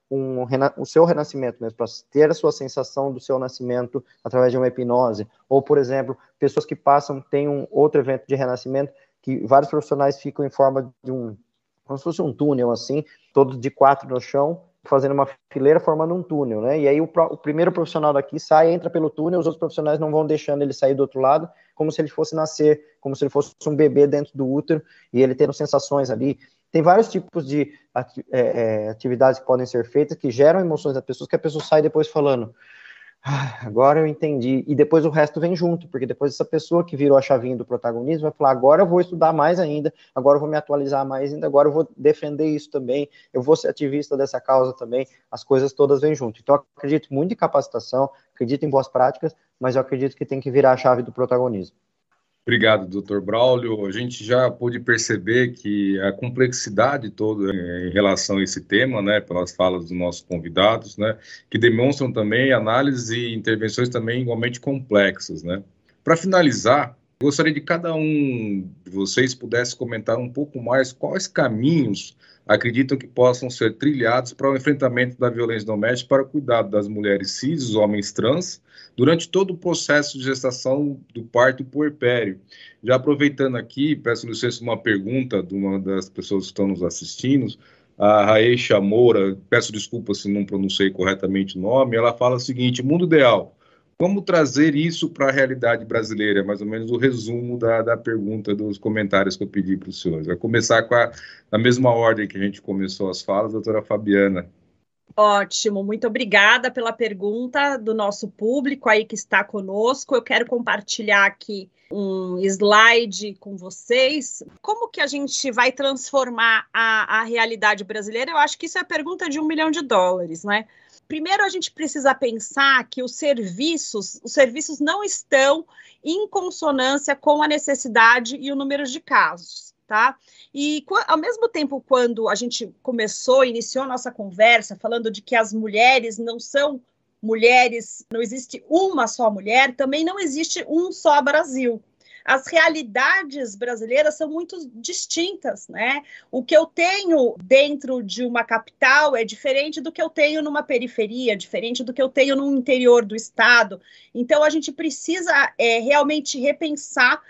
o seu renascimento mesmo, para ter a sua sensação do seu nascimento através de uma hipnose, ou, por exemplo, pessoas que tem um outro evento de renascimento, que vários profissionais ficam em forma de como se fosse um túnel, assim, todos de 4 no chão, fazendo uma fileira, formando um túnel, né? E aí o primeiro profissional daqui sai, entra pelo túnel, os outros profissionais não vão deixando ele sair do outro lado, como se ele fosse nascer, como se ele fosse um bebê dentro do útero, e ele tendo sensações ali. Tem vários tipos de atividades que podem ser feitas, que geram emoções das pessoas, que a pessoa sai depois falando, agora eu entendi, e depois o resto vem junto, porque depois essa pessoa que virou a chavinha do protagonismo vai falar, agora eu vou estudar mais ainda, agora eu vou me atualizar mais ainda, agora eu vou defender isso também, eu vou ser ativista dessa causa também, as coisas todas vêm junto. Então eu acredito muito em capacitação, acredito em boas práticas, mas eu acredito que tem que virar a chave do protagonismo. Obrigado, Dr. Braulio. A gente já pôde perceber que a complexidade toda em relação a esse tema, né, pelas falas dos nossos convidados, né, que demonstram também análises e intervenções também igualmente complexas, né. Para finalizar, gostaria de cada um de vocês pudesse comentar um pouco mais quais caminhos acreditam que possam ser trilhados para o enfrentamento da violência doméstica para o cuidado das mulheres cis, os homens trans, durante todo o processo de gestação do parto e puerpério. Já aproveitando aqui, peço licença uma pergunta de uma das pessoas que estão nos assistindo, a Raesha Moura, peço desculpa se não pronunciei corretamente o nome, ela fala o seguinte, mundo ideal, como trazer isso para a realidade brasileira? Mais ou menos o resumo da pergunta, dos comentários que eu pedi para os senhores. Vai começar com a mesma ordem que a gente começou as falas, doutora Fabiana. Ótimo, muito obrigada pela pergunta do nosso público aí que está conosco. Eu quero compartilhar aqui um slide com vocês. Como que a gente vai transformar a realidade brasileira? Eu acho que isso é a pergunta de $1 milhão, né? Primeiro, a gente precisa pensar que os serviços não estão em consonância com a necessidade e o número de casos, tá? E, ao mesmo tempo, quando a gente iniciou a nossa conversa falando de que as mulheres não são mulheres, não existe uma só mulher, também não existe um só Brasil. As realidades brasileiras são muito distintas, né? O que eu tenho dentro de uma capital é diferente do que eu tenho numa periferia, diferente do que eu tenho no interior do estado. Então, a gente precisa realmente repensar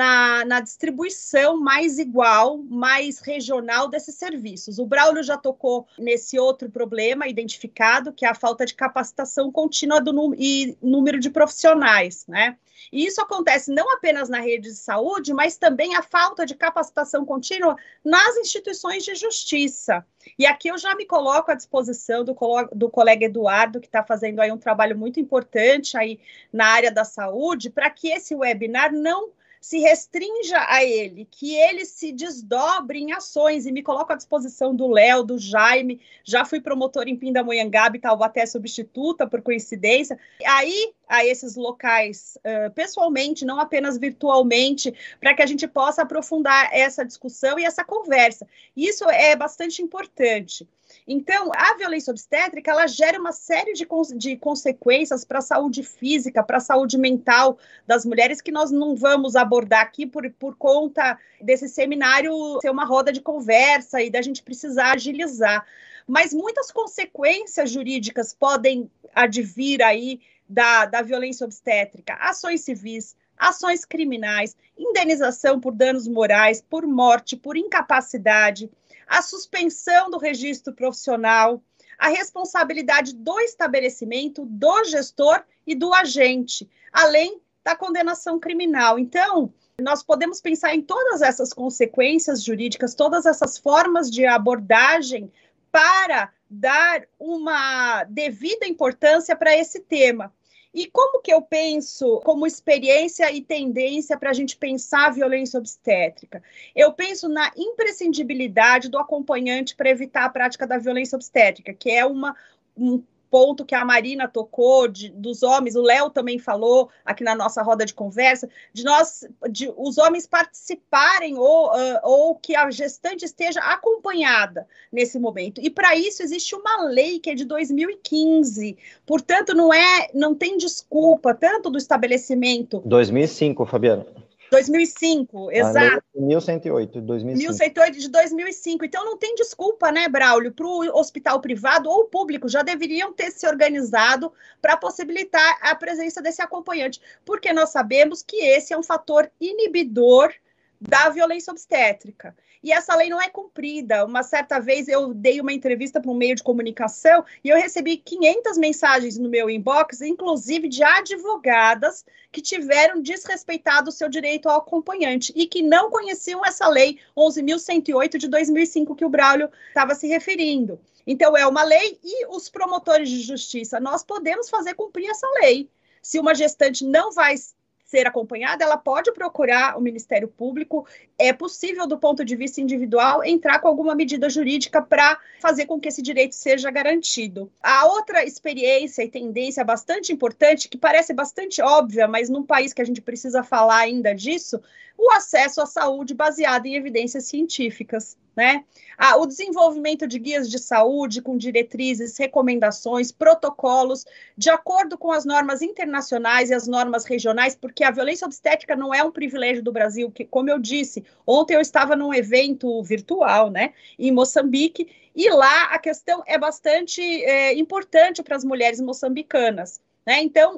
na distribuição mais igual, mais regional desses serviços. O Braulio já tocou nesse outro problema identificado, que é a falta de capacitação contínua e número de profissionais, né? E isso acontece não apenas na rede de saúde, mas também a falta de capacitação contínua nas instituições de justiça. E aqui eu já me coloco à disposição do colega Eduardo, que está fazendo aí um trabalho muito importante aí na área da saúde, para que esse webinar não se restrinja a ele, que ele se desdobre em ações, e me coloco à disposição do Léo, do Jaime, já fui promotora em Pindamonhangaba e Taubaté substituta, por coincidência, aí a esses locais pessoalmente, não apenas virtualmente, para que a gente possa aprofundar essa discussão e essa conversa. Isso é bastante importante. Então, a violência obstétrica, ela gera uma série de consequências para a saúde física, para a saúde mental das mulheres, que nós não vamos abordar aqui por conta desse seminário ser uma roda de conversa e da gente precisar agilizar. Mas muitas consequências jurídicas podem advir aí da violência obstétrica, ações civis, ações criminais, indenização por danos morais, por morte, por incapacidade, a suspensão do registro profissional, a responsabilidade do estabelecimento, do gestor e do agente, além da condenação criminal. Então, nós podemos pensar em todas essas consequências jurídicas, todas essas formas de abordagem para dar uma devida importância para esse tema. E como que eu penso como experiência e tendência para a gente pensar a violência obstétrica? Eu penso na imprescindibilidade do acompanhante para evitar a prática da violência obstétrica, que é um ponto que a Marina tocou, dos homens, o Léo também falou aqui na nossa roda de conversa, de os homens participarem ou que a gestante esteja acompanhada nesse momento. E para isso existe uma lei que é de 2015, portanto não tem desculpa, tanto do estabelecimento... 2005, Fabiana. 2005, exato. 1108, de 2005. 1108 de 2005. Então, não tem desculpa, né, Braulio, para o hospital privado ou público, já deveriam ter se organizado para possibilitar a presença desse acompanhante, porque nós sabemos que esse é um fator inibidor da violência obstétrica. E essa lei não é cumprida. Uma certa vez eu dei uma entrevista para um meio de comunicação e eu recebi 500 mensagens no meu inbox, inclusive de advogadas que tiveram desrespeitado o seu direito ao acompanhante e que não conheciam essa lei 11.108 de 2005 que o Braulio estava se referindo. Então, é uma lei e os promotores de justiça, nós podemos fazer cumprir essa lei. Se uma gestante não vai ser acompanhada, ela pode procurar o Ministério Público, é possível, do ponto de vista individual, entrar com alguma medida jurídica para fazer com que esse direito seja garantido. A outra experiência e tendência bastante importante, que parece bastante óbvia, mas num país que a gente precisa falar ainda disso, o acesso à saúde baseado em evidências científicas, né? O desenvolvimento de guias de saúde com diretrizes, recomendações, protocolos, de acordo com as normas internacionais e as normas regionais, porque a violência obstétrica não é um privilégio do Brasil, que, como eu disse, ontem eu estava num evento virtual, né, em Moçambique, e lá a questão é bastante importante para as mulheres moçambicanas, né? Então,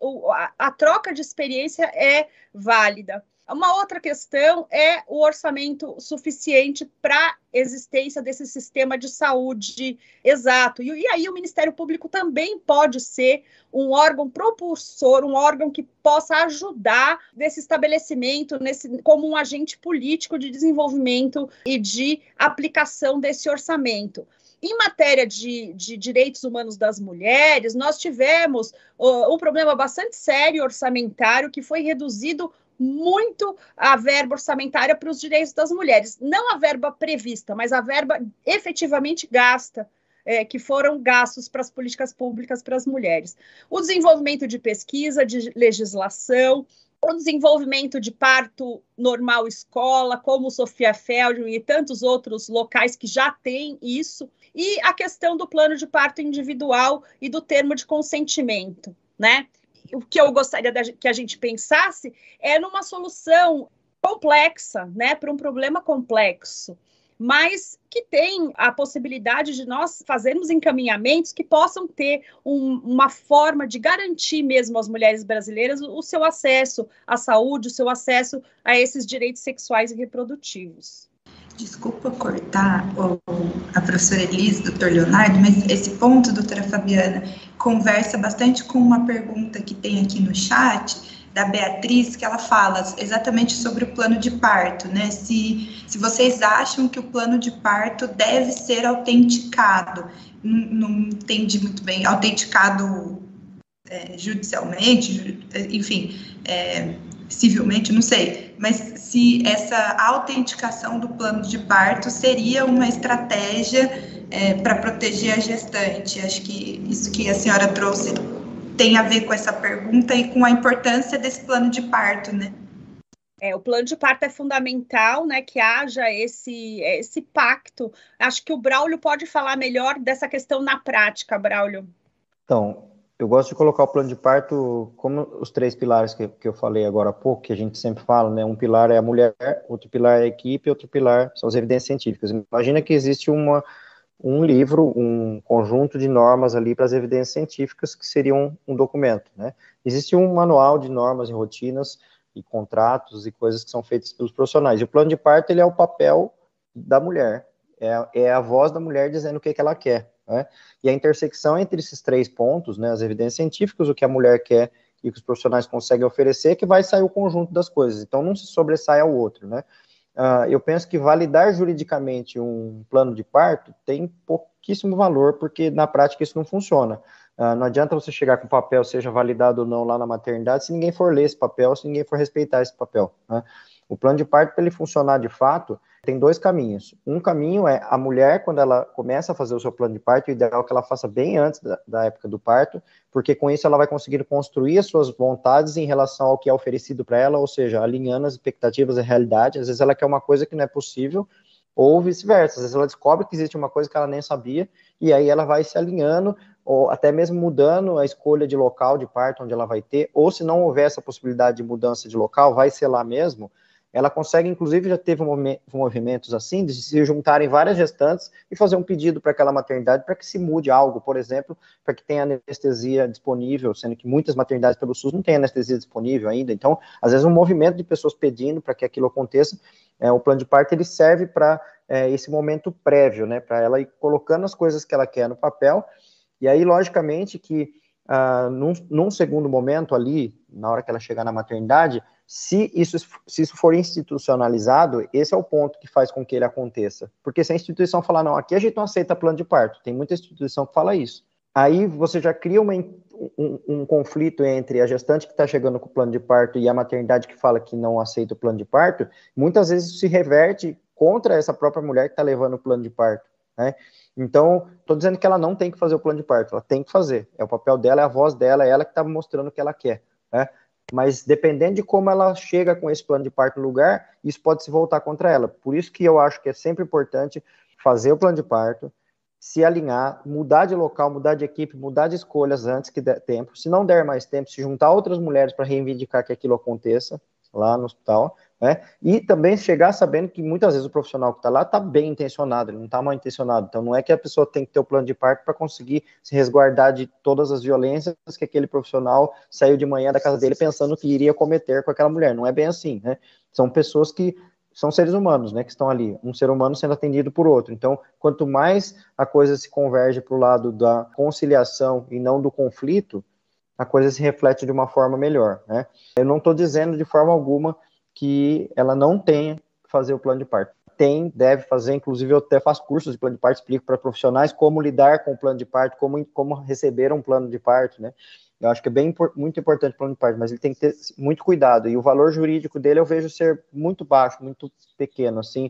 a troca de experiência é válida. Uma outra questão é o orçamento suficiente para a existência desse sistema de saúde exato. E aí o Ministério Público também pode ser um órgão propulsor, um órgão que possa ajudar nesse estabelecimento, como um agente político de desenvolvimento e de aplicação desse orçamento. Em matéria de direitos humanos das mulheres, nós tivemos um problema bastante sério orçamentário que foi reduzido muito a verba orçamentária para os direitos das mulheres. Não a verba prevista, mas a verba efetivamente gasta, que foram gastos para as políticas públicas para as mulheres. O desenvolvimento de pesquisa, de legislação, o desenvolvimento de parto normal escola, como Sofia Feldman e tantos outros locais que já têm isso, e a questão do plano de parto individual e do termo de consentimento, né? O que eu gostaria que a gente pensasse é numa solução complexa, né, para um problema complexo, mas que tem a possibilidade de nós fazermos encaminhamentos que possam ter uma forma de garantir mesmo às mulheres brasileiras o seu acesso à saúde, o seu acesso a esses direitos sexuais e reprodutivos. Desculpa cortar a professora Elise, doutor Leonardo, mas esse ponto, doutora Fabiana, conversa bastante com uma pergunta que tem aqui no chat, da Beatriz, que ela fala exatamente sobre o plano de parto, né? Se vocês acham que o plano de parto deve ser autenticado, não entendi muito bem, autenticado judicialmente, enfim, civilmente, não sei, mas se essa autenticação do plano de parto seria uma estratégia para proteger a gestante. Acho que isso que a senhora trouxe tem a ver com essa pergunta e com a importância desse plano de parto, né? O plano de parto é fundamental, né, que haja esse pacto. Acho que o Braulio pode falar melhor dessa questão na prática, Braulio. Então, eu gosto de colocar o plano de parto como os 3 pilares que eu falei agora há pouco, que a gente sempre fala, né? Um pilar é a mulher, outro pilar é a equipe, outro pilar são as evidências científicas. Imagina que existe um livro, um conjunto de normas ali para as evidências científicas que seriam um documento, né? Existe um manual de normas e rotinas e contratos e coisas que são feitas pelos profissionais. E o plano de parto, ele é o papel da mulher, é a voz da mulher dizendo o que ela quer, né? E a intersecção entre esses 3 pontos, né, as evidências científicas, o que a mulher quer e o que os profissionais conseguem oferecer, que vai sair o conjunto das coisas. Então, não se sobressai ao outro, né? Eu penso que validar juridicamente um plano de parto tem pouquíssimo valor, porque na prática isso não funciona. Não adianta você chegar com o papel, seja validado ou não lá na maternidade, se ninguém for ler esse papel, se ninguém for respeitar esse papel, né? O plano de parto, para ele funcionar de fato, tem 2 caminhos. Um caminho é a mulher, quando ela começa a fazer o seu plano de parto, o ideal é que ela faça bem antes da época do parto, porque com isso ela vai conseguir construir as suas vontades em relação ao que é oferecido para ela, ou seja, alinhando as expectativas à realidade. Às vezes ela quer uma coisa que não é possível, ou vice-versa. Às vezes ela descobre que existe uma coisa que ela nem sabia, e aí ela vai se alinhando ou até mesmo mudando a escolha de local de parto onde ela vai ter, ou se não houver essa possibilidade de mudança de local, vai ser lá mesmo, ela consegue, inclusive, já teve movimentos assim, de se juntarem várias gestantes e fazer um pedido para aquela maternidade para que se mude algo, por exemplo, para que tenha anestesia disponível, sendo que muitas maternidades pelo SUS não têm anestesia disponível ainda. Então, às vezes, um movimento de pessoas pedindo para que aquilo aconteça, o plano de parto ele serve para esse momento prévio, né, para ela ir colocando as coisas que ela quer no papel, e aí, logicamente, que num segundo momento ali, na hora que ela chegar na maternidade, se isso for institucionalizado, esse é o ponto que faz com que ele aconteça. Porque se a instituição falar, não, aqui a gente não aceita plano de parto, tem muita instituição que fala isso. Aí você já cria um conflito entre a gestante que está chegando com o plano de parto e a maternidade que fala que não aceita o plano de parto, muitas vezes isso se reverte contra essa própria mulher que está levando o plano de parto, né? Então, estou dizendo que ela não tem que fazer o plano de parto, ela tem que fazer, é o papel dela, é a voz dela, é ela que está mostrando o que ela quer, né? Mas dependendo de como ela chega com esse plano de parto no lugar, isso pode se voltar contra ela. Por isso que eu acho que é sempre importante fazer o plano de parto, se alinhar, mudar de local, mudar de equipe, mudar de escolhas antes que der tempo. Se não der mais tempo, se juntar outras mulheres para reivindicar que aquilo aconteça lá no hospital, né? E também chegar sabendo que muitas vezes o profissional que está lá está bem intencionado, ele não está mal intencionado. Então não é que a pessoa tem que ter o plano de parto para conseguir se resguardar de todas as violências que aquele profissional saiu de manhã da casa dele pensando que iria cometer com aquela mulher. Não é bem assim, né? São pessoas que são seres humanos, né, que estão ali, um ser humano sendo atendido por outro. Então, quanto mais a coisa se converge para o lado da conciliação e não do conflito, a coisa se reflete de uma forma melhor, né? Eu não estou dizendo de forma alguma que ela não tenha que fazer o plano de parto. Tem, deve fazer, inclusive eu até faço cursos de plano de parto, explico para profissionais como lidar com o plano de parto, como receber um plano de parto, né? Eu acho que é muito importante o plano de parto, mas ele tem que ter muito cuidado, e o valor jurídico dele eu vejo ser muito baixo, muito pequeno, assim,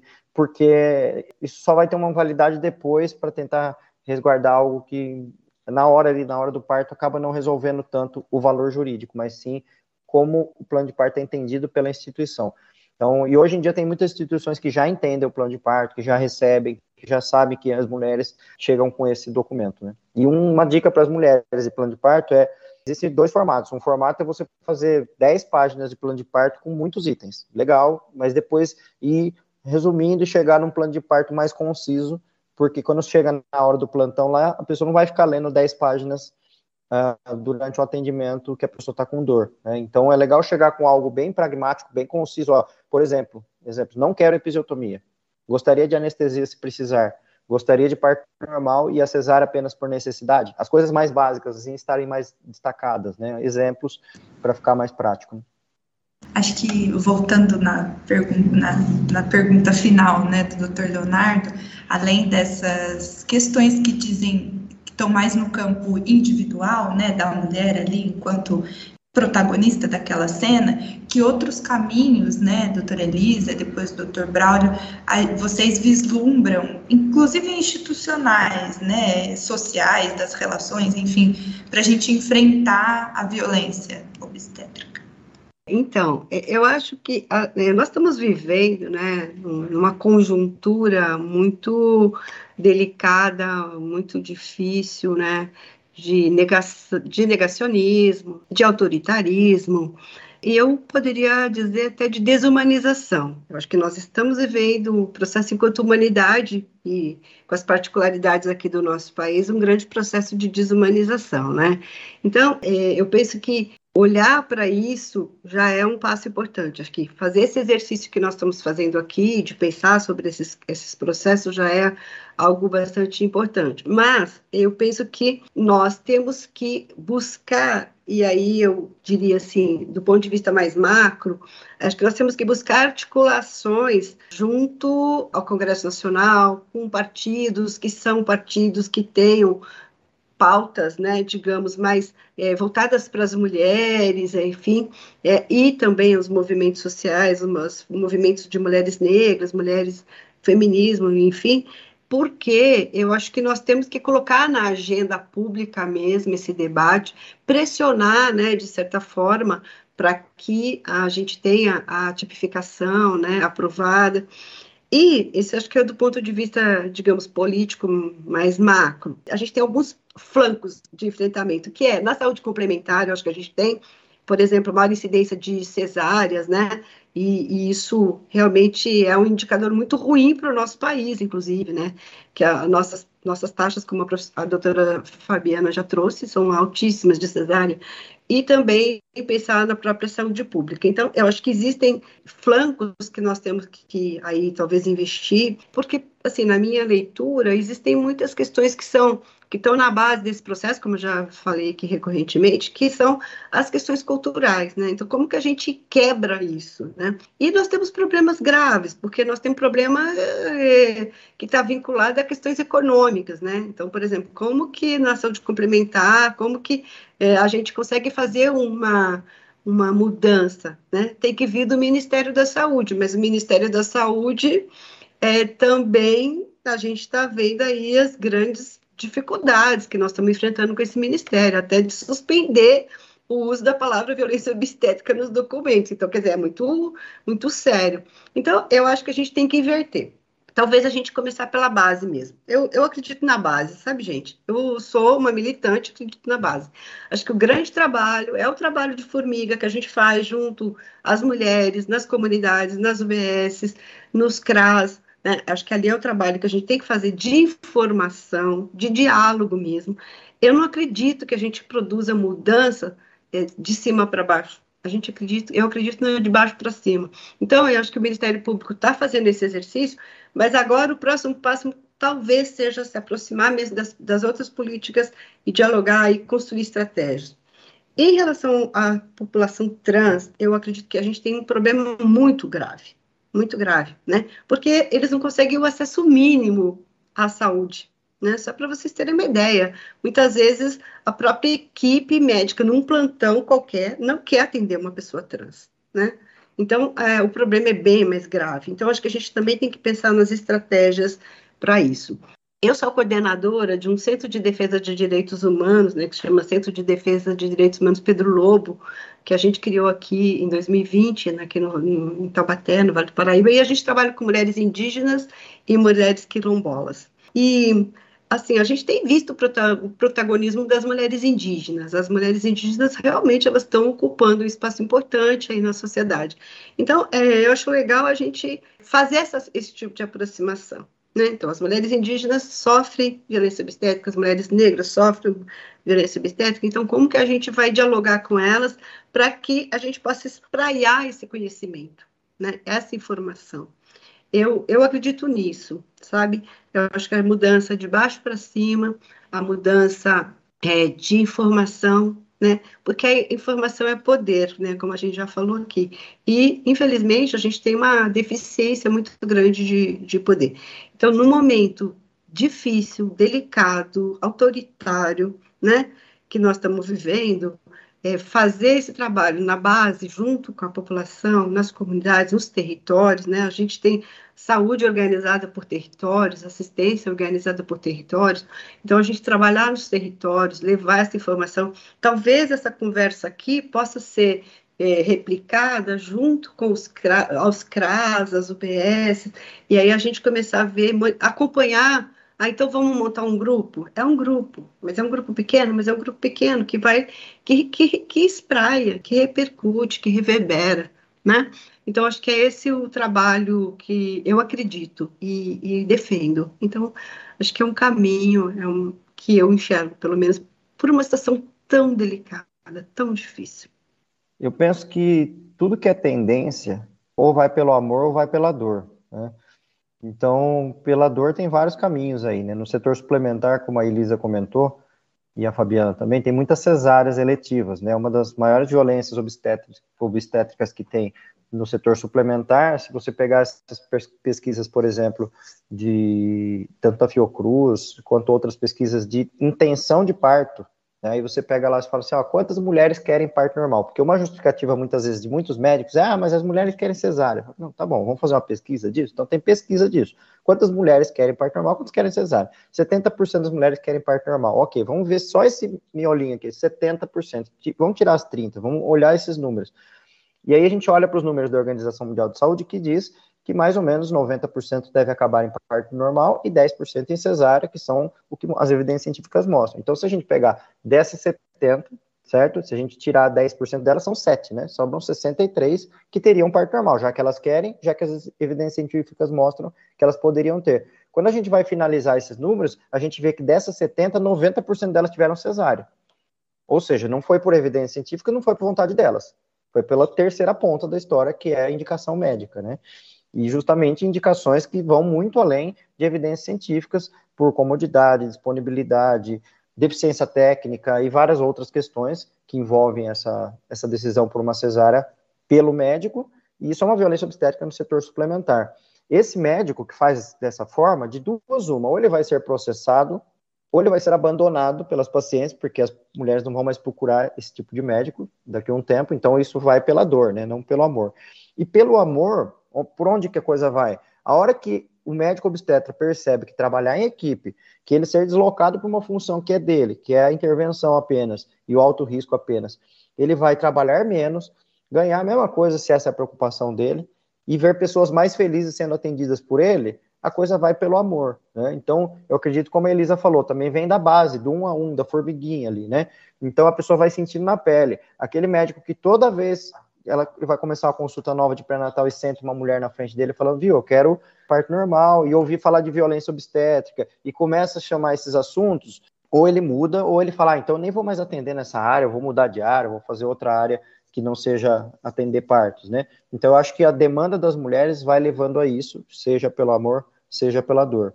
porque isso só vai ter uma validade depois para tentar resguardar algo que na hora do parto acaba não resolvendo tanto o valor jurídico, mas sim como o plano de parto é entendido pela instituição. Então, e hoje em dia tem muitas instituições que já entendem o plano de parto, que já recebem, que já sabem que as mulheres chegam com esse documento, né? E uma dica para as mulheres de plano de parto existem 2 formatos. Um formato é você fazer 10 páginas de plano de parto com muitos itens. Legal, mas depois ir resumindo e chegar num plano de parto mais conciso, porque quando chega na hora do plantão lá, a pessoa não vai ficar lendo 10 páginas durante o atendimento que a pessoa está com dor, né? Então é legal chegar com algo bem pragmático, bem conciso. Ó, por exemplo, não quero episiotomia, gostaria de anestesia se precisar, gostaria de parto normal e a cesárea apenas por necessidade. As coisas mais básicas, assim, estarem mais destacadas, né? Exemplos para ficar mais prático, né? Acho que, voltando na pergunta final, né, do Dr. Leonardo, além dessas questões que dizem que estão mais no campo individual, né, da mulher ali, enquanto protagonista daquela cena, que outros caminhos, né, doutora Elisa, depois do doutor Braulio, vocês vislumbram, inclusive institucionais, né, sociais, das relações, enfim, para a gente enfrentar a violência obstétrica? Então, eu acho que nós estamos vivendo, né, numa conjuntura muito delicada, muito difícil, né, de negacionismo, de autoritarismo, e eu poderia dizer até de desumanização. Eu acho que nós estamos vivendo um processo enquanto humanidade, e com as particularidades aqui do nosso país, um grande processo de desumanização, né? Então, eu penso que olhar para isso já é um passo importante. Acho que fazer esse exercício que nós estamos fazendo aqui, de pensar sobre esses processos, já é algo bastante importante. Mas eu penso que nós temos que buscar, e aí eu diria assim, do ponto de vista mais macro, acho que nós temos que buscar articulações junto ao Congresso Nacional, com partidos que são partidos que tenham pautas, né, digamos, mais voltadas para as mulheres, enfim, e também os movimentos sociais, os movimentos de mulheres negras, mulheres, feminismo, enfim, porque eu acho que nós temos que colocar na agenda pública mesmo esse debate, pressionar, né, de certa forma, para que a gente tenha a tipificação, né, aprovada. E esse acho que é do ponto de vista, digamos, político mais macro. A gente tem alguns flancos de enfrentamento, que é na saúde complementar. Eu acho que a gente tem, por exemplo, maior incidência de cesáreas, né? E isso realmente é um indicador muito ruim para o nosso país, inclusive, né? Que as nossas taxas, como a doutora Fabiana já trouxe, são altíssimas de cesárea. E também pensar na própria saúde pública. Então, eu acho que existem flancos que nós temos que aí talvez investir, porque, assim, na minha leitura, existem muitas questões que estão na base desse processo, como eu já falei aqui recorrentemente, que são as questões culturais, né? Então, como que a gente quebra isso, né? E nós temos problemas graves, porque nós temos problema que está vinculado a questões econômicas, né? Então, por exemplo, como que na saúde complementar, como que a gente consegue fazer uma mudança, né? Tem que vir do Ministério da Saúde, mas o Ministério da Saúde também a gente está vendo aí as grandes dificuldades que nós estamos enfrentando com esse ministério, até de suspender o uso da palavra violência obstétrica nos documentos. Então, quer dizer, é muito, muito sério. Então, eu acho que a gente tem que inverter. Talvez a gente começar pela base mesmo. Eu acredito na base, sabe, gente? Eu sou uma militante, acredito na base. Acho que o grande trabalho é o trabalho de formiga que a gente faz junto às mulheres, nas comunidades, nas UBSs, nos CRAS, né? Acho que ali é o trabalho que a gente tem que fazer de informação, de diálogo mesmo. Eu não acredito que a gente produza mudança de cima para baixo. Eu acredito no de baixo para cima. Então, eu acho que o Ministério Público está fazendo esse exercício, mas agora o próximo passo talvez seja se aproximar mesmo das outras políticas e dialogar e construir estratégias. Em relação à população trans, eu acredito que a gente tem um problema muito grave, né? Porque eles não conseguem o acesso mínimo à saúde, né? Só para vocês terem uma ideia, muitas vezes a própria equipe médica, num plantão qualquer, não quer atender uma pessoa trans, né? Então, o problema é bem mais grave. Então, acho que a gente também tem que pensar nas estratégias para isso. Eu sou coordenadora de um Centro de Defesa de Direitos Humanos, né, que se chama Centro de Defesa de Direitos Humanos Pedro Lobo, que a gente criou aqui em 2020, né, aqui em Taubaté, no Vale do Paraíba, e a gente trabalha com mulheres indígenas e mulheres quilombolas. E, assim, a gente tem visto o protagonismo das mulheres indígenas. As mulheres indígenas realmente elas estão ocupando um espaço importante aí na sociedade. Então, eu acho legal a gente fazer esse tipo de aproximação. Né? Então, as mulheres indígenas sofrem violência obstétrica, as mulheres negras sofrem violência obstétrica, então como que a gente vai dialogar com elas para que a gente possa espraiar esse conhecimento, né? Essa informação. Eu acredito nisso, sabe? Eu acho que a mudança de baixo para cima, a mudança de informação, né? Porque a informação é poder, né? Como a gente já falou aqui. E, infelizmente, a gente tem uma deficiência muito grande de poder. Então, no momento difícil, delicado, autoritário, né? Que nós estamos vivendo, fazer esse trabalho na base, junto com a população, nas comunidades, nos territórios, né? A gente tem saúde organizada por territórios, assistência organizada por territórios, então a gente trabalhar nos territórios, levar essa informação, talvez essa conversa aqui possa ser replicada junto com os CRAS, as UBS, e aí a gente começar a ver, acompanhar. Então vamos montar um grupo? É um grupo, mas é um grupo pequeno, que vai, que espraia, que repercute, que reverbera, né? Então acho que é esse o trabalho que eu acredito e defendo. Então acho que é um caminho, que eu enxergo, pelo menos, por uma situação tão delicada, tão difícil. Eu penso que tudo que é tendência, ou vai pelo amor ou vai pela dor, né? Então, pela dor tem vários caminhos aí, né? No setor suplementar, como a Elisa comentou, e a Fabiana também, tem muitas cesáreas eletivas, né? Uma das maiores violências obstétricas que tem no setor suplementar, se você pegar essas pesquisas, por exemplo, de tanto a Fiocruz, quanto outras pesquisas de intenção de parto, né? Aí você pega lá e fala assim, quantas mulheres querem parto normal? Porque uma justificativa, muitas vezes, de muitos médicos é, mas as mulheres querem cesárea. Não, tá bom, vamos fazer uma pesquisa disso? Então tem pesquisa disso. Quantas mulheres querem parto normal, quantas querem cesárea? 70% das mulheres querem parto normal. Ok, vamos ver só esse miolinho aqui, 70%. Vamos tirar as 30%, vamos olhar esses números. E aí a gente olha para os números da Organização Mundial de Saúde que diz que mais ou menos 90% deve acabar em parto normal e 10% em cesárea, que são o que as evidências científicas mostram. Então, se a gente pegar dessas 70, certo? Se a gente tirar 10% delas, são 7, né? Sobram 63 que teriam parto normal, já que elas querem, já que as evidências científicas mostram que elas poderiam ter. Quando a gente vai finalizar esses números, a gente vê que dessas 70, 90% delas tiveram cesárea. Ou seja, não foi por evidência científica, não foi por vontade delas. Foi pela terceira ponta da história, que é a indicação médica, né? E justamente indicações que vão muito além de evidências científicas por comodidade, disponibilidade, deficiência técnica e várias outras questões que envolvem essa decisão por uma cesárea pelo médico, e isso é uma violência obstétrica no setor suplementar. Esse médico que faz dessa forma, de duas uma, ou ele vai ser processado, ou ele vai ser abandonado pelas pacientes, porque as mulheres não vão mais procurar esse tipo de médico daqui a um tempo, então isso vai pela dor, né, não pelo amor. E pelo amor, por onde que a coisa vai? A hora que o médico obstetra percebe que trabalhar em equipe, que ele ser deslocado para uma função que é dele, que é a intervenção apenas, e o alto risco apenas, ele vai trabalhar menos, ganhar a mesma coisa se essa é a preocupação dele, e ver pessoas mais felizes sendo atendidas por ele, a coisa vai pelo amor, né? Então, eu acredito, como a Elisa falou, também vem da base, do 1 a 1, da formiguinha ali, né? Então, a pessoa vai sentindo na pele. Aquele médico que toda vez ele vai começar uma consulta nova de pré-natal e sente uma mulher na frente dele falando, viu, eu quero parto normal, e ouvir falar de violência obstétrica, e começa a chamar esses assuntos, ou ele muda, ou ele fala, então nem vou mais atender nessa área, eu vou mudar de área, eu vou fazer outra área que não seja atender partos, né? Então, eu acho que a demanda das mulheres vai levando a isso, seja pelo amor, seja pela dor.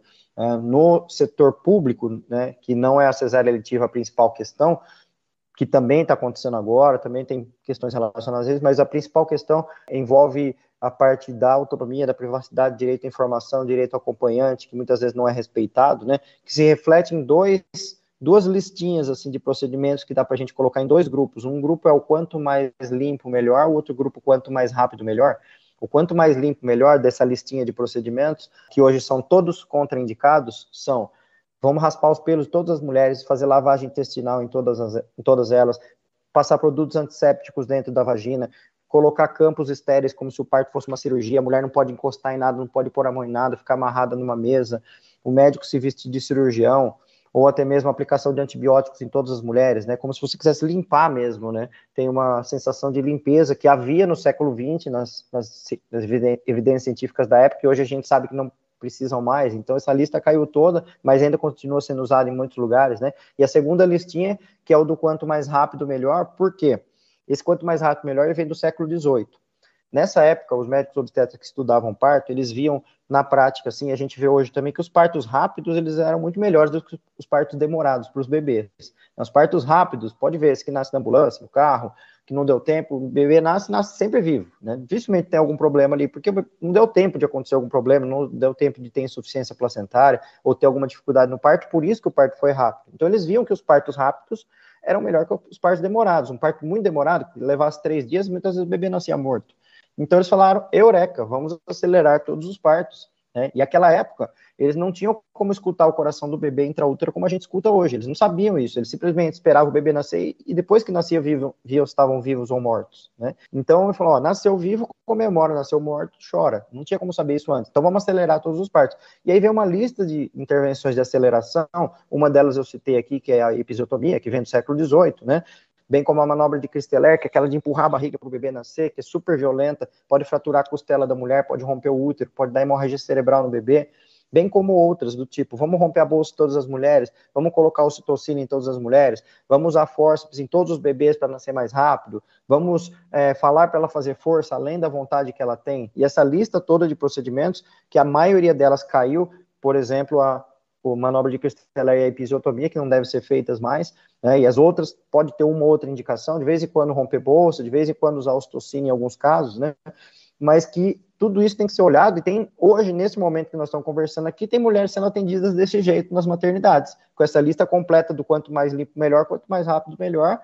No setor público, né, que não é a cesárea eletiva a principal questão, que também está acontecendo agora, também tem questões relacionadas a isso, mas a principal questão envolve a parte da autonomia, da privacidade, direito à informação, direito ao acompanhante, que muitas vezes não é respeitado, né, que se reflete em duas listinhas assim, de procedimentos que dá para a gente colocar em dois grupos. Um grupo é o quanto mais limpo, melhor, o outro grupo, quanto mais rápido, melhor. O quanto mais limpo, melhor, dessa listinha de procedimentos, que hoje são todos contraindicados, são: vamos raspar os pelos de todas as mulheres, fazer lavagem intestinal em todas elas, passar produtos antissépticos dentro da vagina, colocar campos estéreis como se o parto fosse uma cirurgia, a mulher não pode encostar em nada, não pode pôr a mão em nada, ficar amarrada numa mesa, o médico se vestir de cirurgião, ou até mesmo a aplicação de antibióticos em todas as mulheres, né, como se você quisesse limpar mesmo, né, tem uma sensação de limpeza que havia no século XX, nas evidências científicas da época, e hoje a gente sabe que não precisam mais, então essa lista caiu toda, mas ainda continua sendo usada em muitos lugares, né, e a segunda listinha, que é o do quanto mais rápido, melhor. Por quê? Esse quanto mais rápido, melhor, ele vem do século XVIII. Nessa época, os médicos obstetras que estudavam parto, eles viam na prática, assim, a gente vê hoje também que os partos rápidos, eles eram muito melhores do que os partos demorados para os bebês. Os partos rápidos, pode ver, esse que nasce na ambulância, no carro, que não deu tempo, o bebê nasce sempre vivo, né? Dificilmente tem algum problema ali, porque não deu tempo de acontecer algum problema, não deu tempo de ter insuficiência placentária, ou ter alguma dificuldade no parto, por isso que o parto foi rápido. Então, eles viam que os partos rápidos eram melhor que os partos demorados. Um parto muito demorado, que levasse 3 dias, muitas vezes o bebê nascia morto. Então eles falaram, eureka, vamos acelerar todos os partos, né? E aquela época, eles não tinham como escutar o coração do bebê intraútero como a gente escuta hoje, eles não sabiam isso, eles simplesmente esperavam o bebê nascer e depois que nascia viam se estavam vivos ou mortos, né? Então ele falou, nasceu vivo, comemora, nasceu morto, chora. Não tinha como saber isso antes, então vamos acelerar todos os partos. E aí vem uma lista de intervenções de aceleração, uma delas eu citei aqui, que é a episiotomia, que vem do século XVIII, né? Bem como a manobra de Christeler, que é aquela de empurrar a barriga para o bebê nascer, que é super violenta, pode fraturar a costela da mulher, pode romper o útero, pode dar hemorragia cerebral no bebê, bem como outras do tipo, vamos romper a bolsa de todas as mulheres, vamos colocar ocitocina em todas as mulheres, vamos usar fórceps em todos os bebês para nascer mais rápido, vamos falar para ela fazer força além da vontade que ela tem, e essa lista toda de procedimentos, que a maioria delas caiu, por exemplo, a manobra de Christeler e a episiotomia, que não devem ser feitas mais, né, e as outras, pode ter uma outra indicação, de vez em quando romper bolsa, de vez em quando usar ocitocina em alguns casos, né, mas que tudo isso tem que ser olhado, e tem, hoje, nesse momento que nós estamos conversando aqui, tem mulheres sendo atendidas desse jeito nas maternidades, com essa lista completa do quanto mais limpo, melhor, quanto mais rápido, melhor,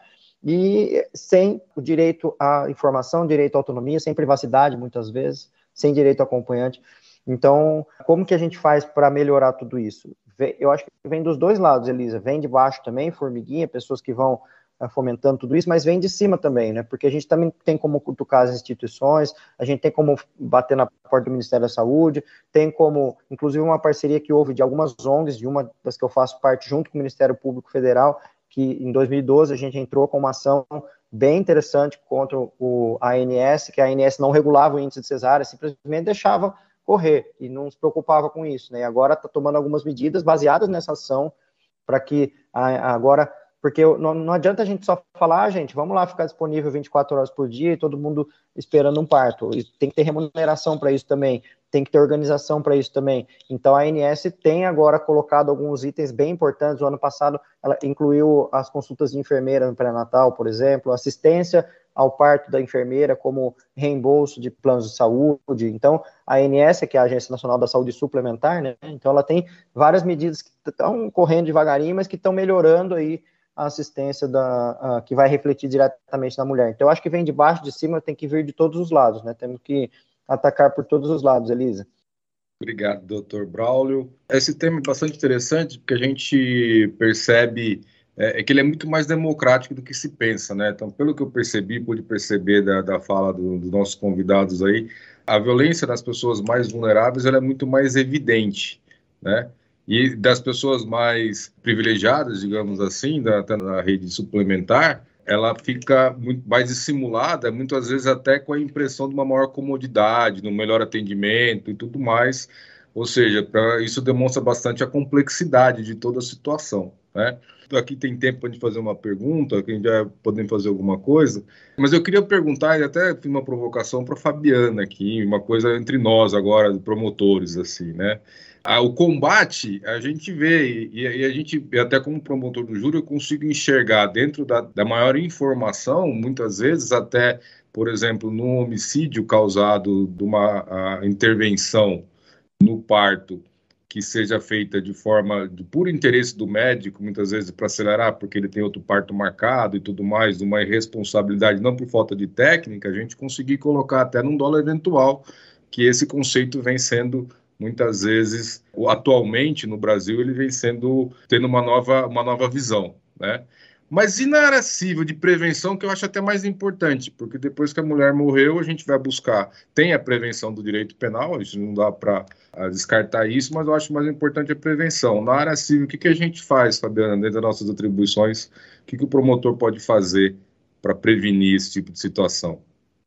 e sem o direito à informação, direito à autonomia, sem privacidade, muitas vezes, sem direito ao acompanhante. Então, como que a gente faz para melhorar tudo isso? Eu acho que vem dos dois lados, Elisa, vem de baixo também, formiguinha, pessoas que vão fomentando tudo isso, mas vem de cima também, né? Porque a gente também tem como cutucar as instituições, a gente tem como bater na porta do Ministério da Saúde, tem como, inclusive, uma parceria que houve de algumas ONGs, de uma das que eu faço parte, junto com o Ministério Público Federal, que em 2012 a gente entrou com uma ação bem interessante contra a ANS, que a ANS não regulava o índice de cesárea, simplesmente deixava correr e não se preocupava com isso, né? E agora está tomando algumas medidas baseadas nessa ação para que agora, porque não adianta a gente só falar, gente, vamos lá ficar disponível 24 horas por dia e todo mundo esperando um parto. E tem que ter remuneração para isso também, tem que ter organização para isso também. Então, a ANS tem agora colocado alguns itens bem importantes. O ano passado, ela incluiu as consultas de enfermeira no pré-natal, por exemplo, assistência ao parto da enfermeira como reembolso de planos de saúde. Então, a ANS, que é a Agência Nacional da Saúde Suplementar, né? Então ela tem várias medidas que estão correndo devagarinho, mas que estão melhorando aí a assistência que vai refletir diretamente na mulher. Então, eu acho que vem de baixo, de cima, tem que vir de todos os lados, né? Temos que atacar por todos os lados, Elisa. Obrigado, doutor Braulio. Esse tema é bastante interessante, porque a gente percebe que ele é muito mais democrático do que se pensa, né? Então, pelo que eu pude perceber da fala dos nossos convidados aí, a violência das pessoas mais vulneráveis ela é muito mais evidente, né? E das pessoas mais privilegiadas, digamos assim, da rede suplementar, ela fica muito mais dissimulada, muitas vezes até com a impressão de uma maior comodidade, no melhor atendimento e tudo mais. Ou seja, isso demonstra bastante a complexidade de toda a situação, né? Aqui tem tempo para a gente fazer uma pergunta, que a gente já podemos fazer alguma coisa, mas eu queria perguntar, e até fiz uma provocação para a Fabiana aqui, uma coisa entre nós agora, promotores, assim, né? O combate, a gente vê, e a gente, até como promotor do júri, eu consigo enxergar dentro da maior informação, muitas vezes até, por exemplo, no homicídio causado de uma intervenção no parto, que seja feita de forma de puro interesse do médico, muitas vezes para acelerar, porque ele tem outro parto marcado e tudo mais, uma irresponsabilidade, não por falta de técnica, a gente conseguir colocar até num dólar eventual, que esse conceito vem sendo, muitas vezes, atualmente no Brasil, ele vem tendo uma nova visão, né? Mas e na área civil de prevenção, que eu acho até mais importante, porque depois que a mulher morreu, a gente vai buscar, tem a prevenção do direito penal, a gente não dá para descartar isso, mas eu acho mais importante a prevenção. Na área civil, o que a gente faz, Fabiana, dentro das nossas atribuições, o que o promotor pode fazer para prevenir esse tipo de situação?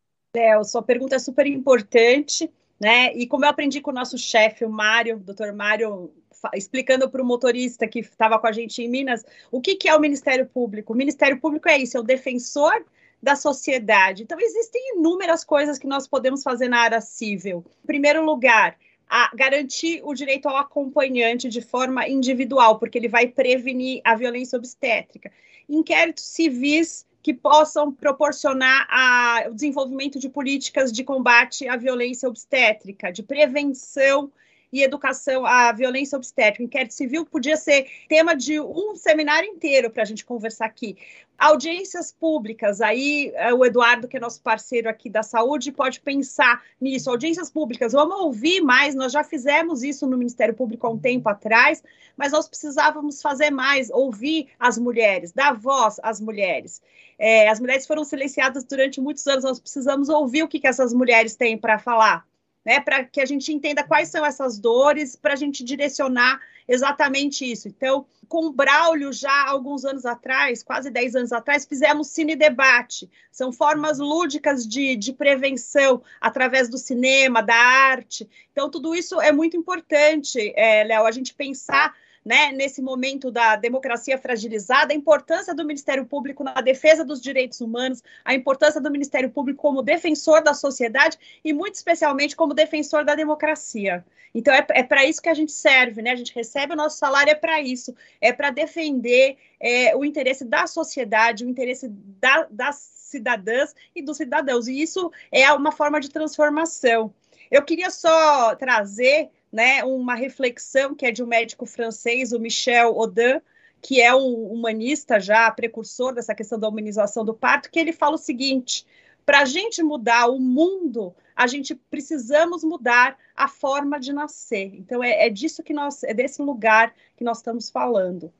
Sua pergunta é super importante, né? E como eu aprendi com o nosso chefe, o Mário, o doutor Mário, explicando para o motorista que estava com a gente em Minas, o que é o Ministério Público? O Ministério Público é isso, é o defensor da sociedade. Então, existem inúmeras coisas que nós podemos fazer na área civil. Em primeiro lugar, garantir o direito ao acompanhante de forma individual, porque ele vai prevenir a violência obstétrica. Inquéritos civis que possam proporcionar o desenvolvimento de políticas de combate à violência obstétrica, de prevenção e educação à violência obstétrica. Inquérito civil podia ser tema de um seminário inteiro para a gente conversar aqui. Audiências públicas, aí o Eduardo, que é nosso parceiro aqui da saúde, pode pensar nisso. Audiências públicas, vamos ouvir mais, nós já fizemos isso no Ministério Público há um tempo atrás, mas nós precisávamos fazer mais, ouvir as mulheres, dar voz às mulheres. As mulheres foram silenciadas durante muitos anos, nós precisamos ouvir o que essas mulheres têm para falar, né, para que a gente entenda quais são essas dores, para a gente direcionar exatamente isso. Então, com o Braulio, já há alguns anos atrás, quase 10 anos atrás, fizemos cine-debate. São formas lúdicas de prevenção através do cinema, da arte. Então, tudo isso é muito importante, Léo, a gente pensar, né, nesse momento da democracia fragilizada, a importância do Ministério Público na defesa dos direitos humanos, a importância do Ministério Público como defensor da sociedade e, muito especialmente, como defensor da democracia. Então, é para isso que a gente serve, né? A gente recebe o nosso salário, é para isso, é para defender o interesse da sociedade, o interesse das cidadãs e dos cidadãos, e isso é uma forma de transformação. Eu queria só trazer, né, uma reflexão que é de um médico francês, o Michel Audin, que é um humanista já precursor dessa questão da humanização do parto, que ele fala o seguinte: para a gente mudar o mundo, a gente precisamos mudar a forma de nascer. Então, é desse lugar que nós estamos falando.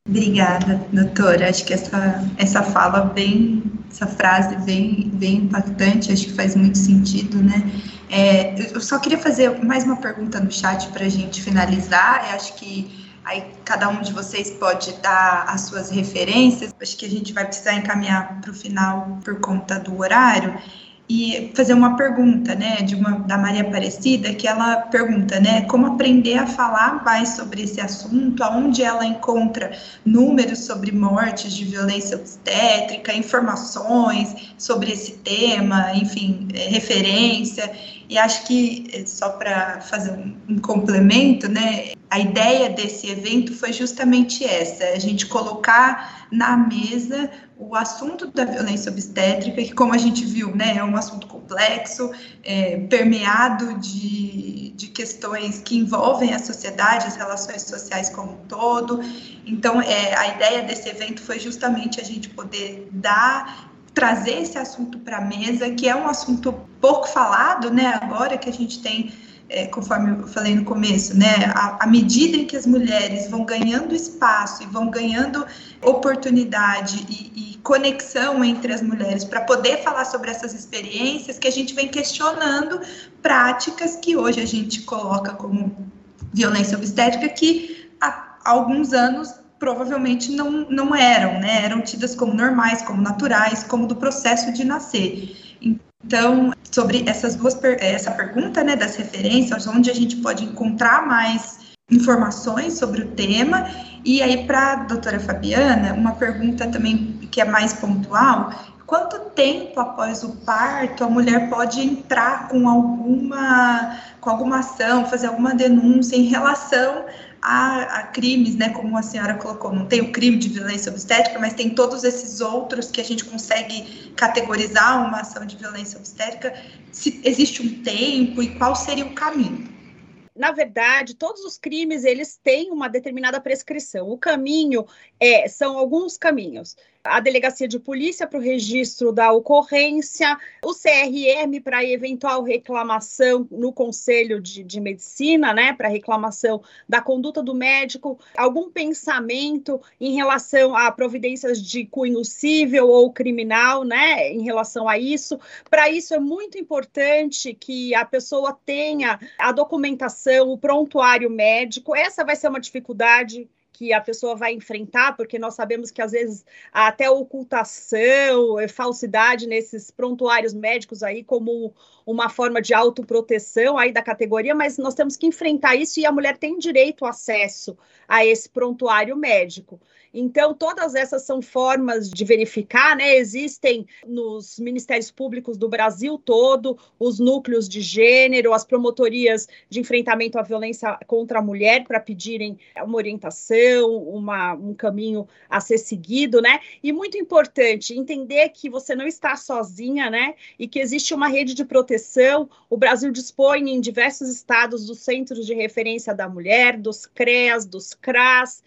Obrigada, doutora. Acho que essa frase bem impactante, acho que faz muito sentido, né? Eu só queria fazer mais uma pergunta no chat para a gente finalizar. Eu acho que aí cada um de vocês pode dar as suas referências. Acho que a gente vai precisar encaminhar para o final por conta do horário. E fazer uma pergunta, né, da Maria Aparecida, que ela pergunta, né, como aprender a falar mais sobre esse assunto, aonde ela encontra números sobre mortes de violência obstétrica, informações sobre esse tema, enfim, referência. E acho que, só para fazer um complemento, né, a ideia desse evento foi justamente essa, a gente colocar na mesa o assunto da violência obstétrica, que, como a gente viu, né, é um assunto complexo, permeado de questões que envolvem a sociedade, as relações sociais como um todo. Então, a ideia desse evento foi justamente a gente poder trazer esse assunto para a mesa, que é um assunto pouco falado, né, agora que a gente tem, conforme eu falei no começo, né, à medida em que as mulheres vão ganhando espaço e vão ganhando oportunidade e conexão entre as mulheres para poder falar sobre essas experiências, que a gente vem questionando práticas que hoje a gente coloca como violência obstétrica, que há alguns anos provavelmente não eram, né? Eram tidas como normais, como naturais, como do processo de nascer. Então, sobre essa pergunta, né, das referências, onde a gente pode encontrar mais informações sobre o tema. E aí, para a doutora Fabiana, uma pergunta também que é mais pontual: quanto tempo após o parto a mulher pode entrar com alguma ação, fazer alguma denúncia em relação a crimes, né, como a senhora colocou? Não tem o crime de violência obstétrica, mas tem todos esses outros que a gente consegue categorizar uma ação de violência obstétrica. Se existe um tempo e qual seria o caminho? Na verdade, todos os crimes, eles têm uma determinada prescrição. O caminho são alguns caminhos. A delegacia de polícia para o registro da ocorrência, o CRM para eventual reclamação no Conselho de Medicina, né, para reclamação da conduta do médico, algum pensamento em relação a providências de cunho civil ou criminal, né, em relação a isso. Para isso é muito importante que a pessoa tenha a documentação, o prontuário médico. Essa vai ser uma dificuldade que a pessoa vai enfrentar, porque nós sabemos que, às vezes, há até ocultação, falsidade nesses prontuários médicos aí, como uma forma de autoproteção aí da categoria, mas nós temos que enfrentar isso e a mulher tem direito ao acesso a esse prontuário médico. Então, todas essas são formas de verificar, né? Existem nos ministérios públicos do Brasil todo os núcleos de gênero, as promotorias de enfrentamento à violência contra a mulher para pedirem uma orientação, um caminho a ser seguido, né? E muito importante entender que você não está sozinha, né? E que existe uma rede de proteção. O Brasil dispõe em diversos estados dos Centros de Referência da Mulher, dos CREAS, dos CRAS,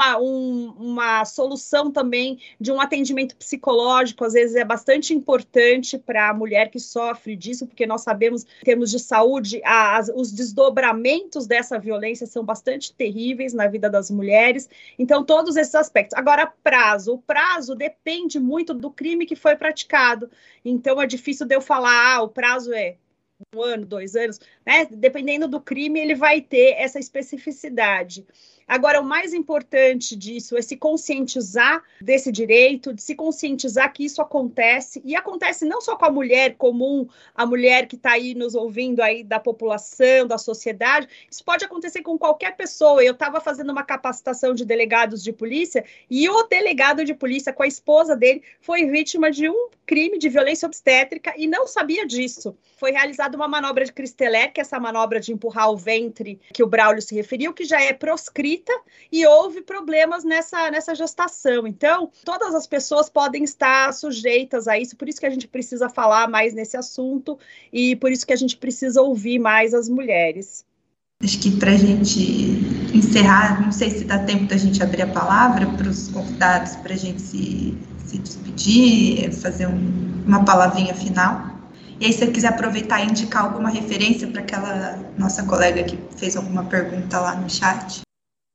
uma solução também de um atendimento psicológico, às vezes é bastante importante para a mulher que sofre disso, porque nós sabemos, em termos de saúde, os desdobramentos dessa violência são bastante terríveis na vida das mulheres. Então, todos esses aspectos. Agora, o prazo depende muito do crime que foi praticado. Então, é difícil de eu falar, o prazo é 1 ano, 2 anos, né? Dependendo do crime, ele vai ter essa especificidade. Agora, o mais importante disso é se conscientizar desse direito, de se conscientizar que isso acontece, e acontece não só com a mulher comum, a mulher que está aí nos ouvindo aí da população, da sociedade, isso pode acontecer com qualquer pessoa. Eu estava fazendo uma capacitação de delegados de polícia, e o delegado de polícia, com a esposa dele, foi vítima de um crime de violência obstétrica e não sabia disso. Foi realizada uma manobra de Christeler, que é essa manobra de empurrar o ventre que o Braulio se referiu, que já é proscrita, e houve problemas nessa gestação. Então, todas as pessoas podem estar sujeitas a isso, por isso que a gente precisa falar mais nesse assunto e por isso que a gente precisa ouvir mais as mulheres. Acho que para a gente encerrar, não sei se dá tempo da gente abrir a palavra para os convidados, para a gente se despedir, fazer uma palavrinha final. E aí, se você quiser aproveitar e indicar alguma referência para aquela nossa colega que fez alguma pergunta lá no chat.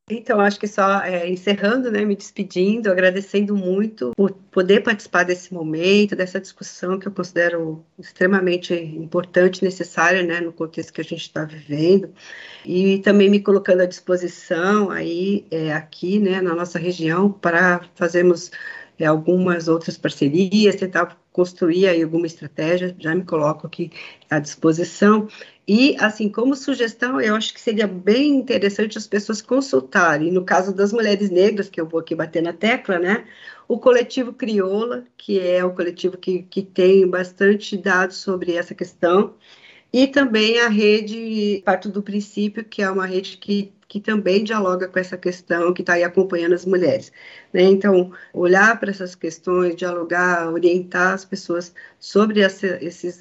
Então, acho que só encerrando, né, me despedindo, agradecendo muito por poder participar desse momento, dessa discussão que eu considero extremamente importante e necessária, né, no contexto que a gente está vivendo, e também me colocando à disposição aí, aqui, né, na nossa região, para fazermos algumas outras parcerias, tentar construir aí alguma estratégia, já me coloco aqui à disposição. E, assim, como sugestão, eu acho que seria bem interessante as pessoas consultarem, no caso das mulheres negras, que eu vou aqui bater na tecla, né, o coletivo Crioula, que é o coletivo que tem bastante dados sobre essa questão, e também a rede Parto do Princípio, que é uma rede que também dialoga com essa questão, que está aí acompanhando as mulheres, né? Então, olhar para essas questões, dialogar, orientar as pessoas sobre essa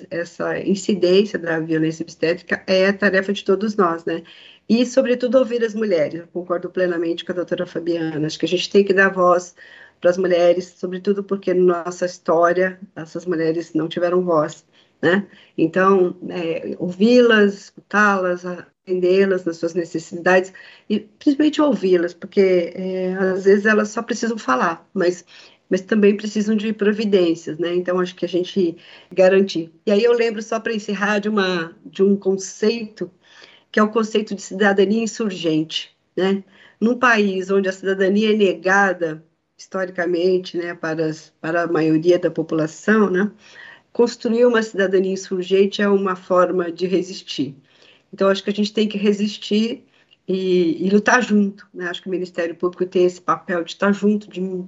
incidência da violência obstétrica é tarefa de todos nós, né? E, sobretudo, ouvir as mulheres. Eu concordo plenamente com a doutora Fabiana. Acho que a gente tem que dar voz para as mulheres, sobretudo porque na nossa história essas mulheres não tiveram voz, né? Então, ouvi-las, escutá-las, atendê-las nas suas necessidades e principalmente ouvi-las, porque às vezes elas só precisam falar, mas também precisam de providências, né? Então, acho que a gente garantir. E aí eu lembro, só para encerrar, de um conceito, que é o conceito de cidadania insurgente, né? Num país onde a cidadania é negada, historicamente, né, para a maioria da população, né? Construir uma cidadania insurgente é uma forma de resistir. Então, acho que a gente tem que resistir e lutar junto, né? Acho que o Ministério Público tem esse papel de estar junto,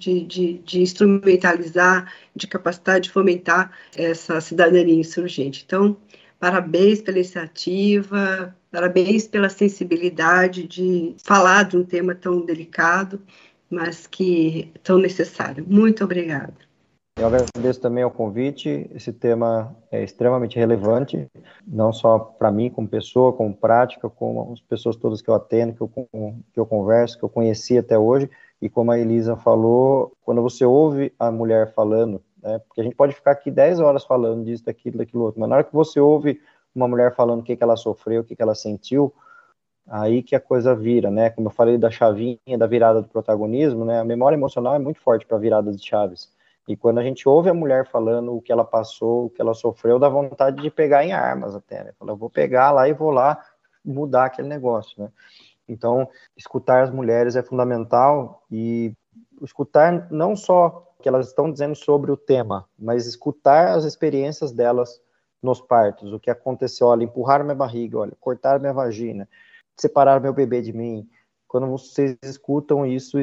de instrumentalizar, de capacitar, de fomentar essa cidadania insurgente. Então, parabéns pela iniciativa, parabéns pela sensibilidade de falar de um tema tão delicado, mas que tão necessário. Muito obrigada. Eu agradeço também ao convite. Esse tema é extremamente relevante, não só para mim como pessoa, como prática, como as pessoas todas que eu atendo, que eu converso, que eu conheci até hoje. E como a Elisa falou, quando você ouve a mulher falando, né, porque a gente pode ficar aqui 10 horas falando disso, daquilo outro, mas na hora que você ouve uma mulher falando o que ela sofreu, o que ela sentiu, aí que a coisa vira, né? Como eu falei da chavinha, da virada do protagonismo, né? A memória emocional é muito forte para viradas de chaves. E quando a gente ouve a mulher falando o que ela passou, o que ela sofreu, dá vontade de pegar em armas até, né? Eu vou pegar lá e vou lá mudar aquele negócio, né? Então, escutar as mulheres é fundamental, e escutar não só o que elas estão dizendo sobre o tema, mas escutar as experiências delas nos partos, o que aconteceu, olha, empurraram minha barriga, olha, cortaram minha vagina, separaram meu bebê de mim. Quando vocês escutam isso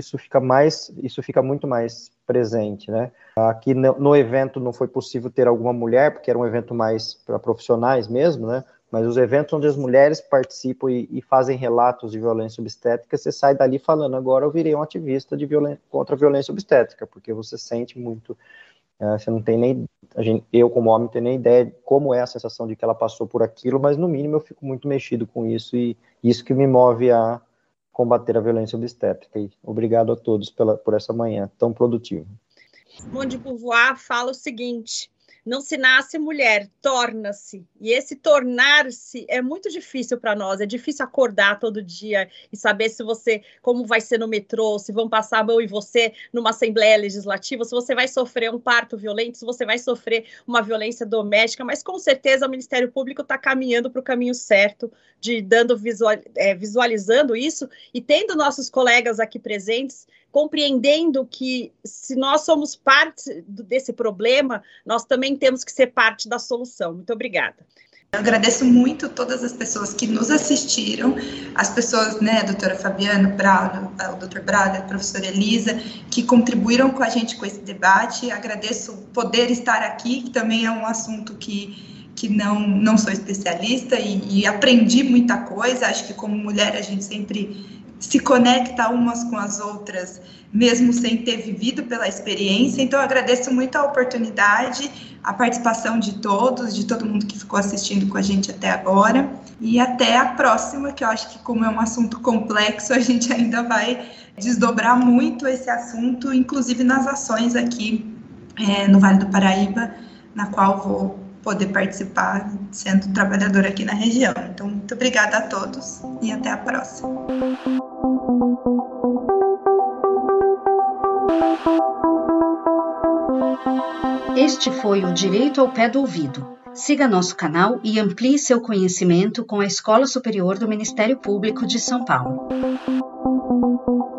fica muito mais presente, né? Aqui no evento não foi possível ter alguma mulher, porque era um evento mais para profissionais mesmo, né? Mas os eventos onde as mulheres participam e fazem relatos de violência obstétrica, você sai dali falando, agora eu virei um ativista contra a violência obstétrica, porque você sente muito, você não tem nem, eu como homem não tenho nem ideia de como é a sensação de que ela passou por aquilo, mas no mínimo eu fico muito mexido com isso, e isso que me move a combater a violência obstétrica. E obrigado a todos por essa manhã tão produtiva. Simone de Beauvoir fala o seguinte: não se nasce mulher, torna-se. E esse tornar-se é muito difícil para nós. É difícil acordar todo dia e saber como vai ser no metrô, se vão passar a mão em você numa Assembleia Legislativa, se você vai sofrer um parto violento, se você vai sofrer uma violência doméstica. Mas com certeza o Ministério Público está caminhando para o caminho certo, visualizando isso e tendo nossos colegas aqui presentes, compreendendo que se nós somos parte desse problema, nós também temos que ser parte da solução. Muito obrigada. Eu agradeço muito todas as pessoas que nos assistiram, as pessoas, né, a doutora Fabiana, o doutor Brado, a professora Elisa, que contribuíram com a gente com esse debate. Agradeço poder estar aqui, que também é um assunto que não sou especialista e aprendi muita coisa. Acho que como mulher a gente sempre se conecta umas com as outras, mesmo sem ter vivido pela experiência. Então, eu agradeço muito a oportunidade, a participação de todo mundo que ficou assistindo com a gente até agora. E até a próxima, que eu acho que, como é um assunto complexo, a gente ainda vai desdobrar muito esse assunto, inclusive nas ações aqui no Vale do Paraíba, na qual vou poder participar sendo trabalhadora aqui na região. Então, muito obrigada a todos e até a próxima. Este foi o Direito ao Pé do Ouvido. Siga nosso canal e amplie seu conhecimento com a Escola Superior do Ministério Público de São Paulo.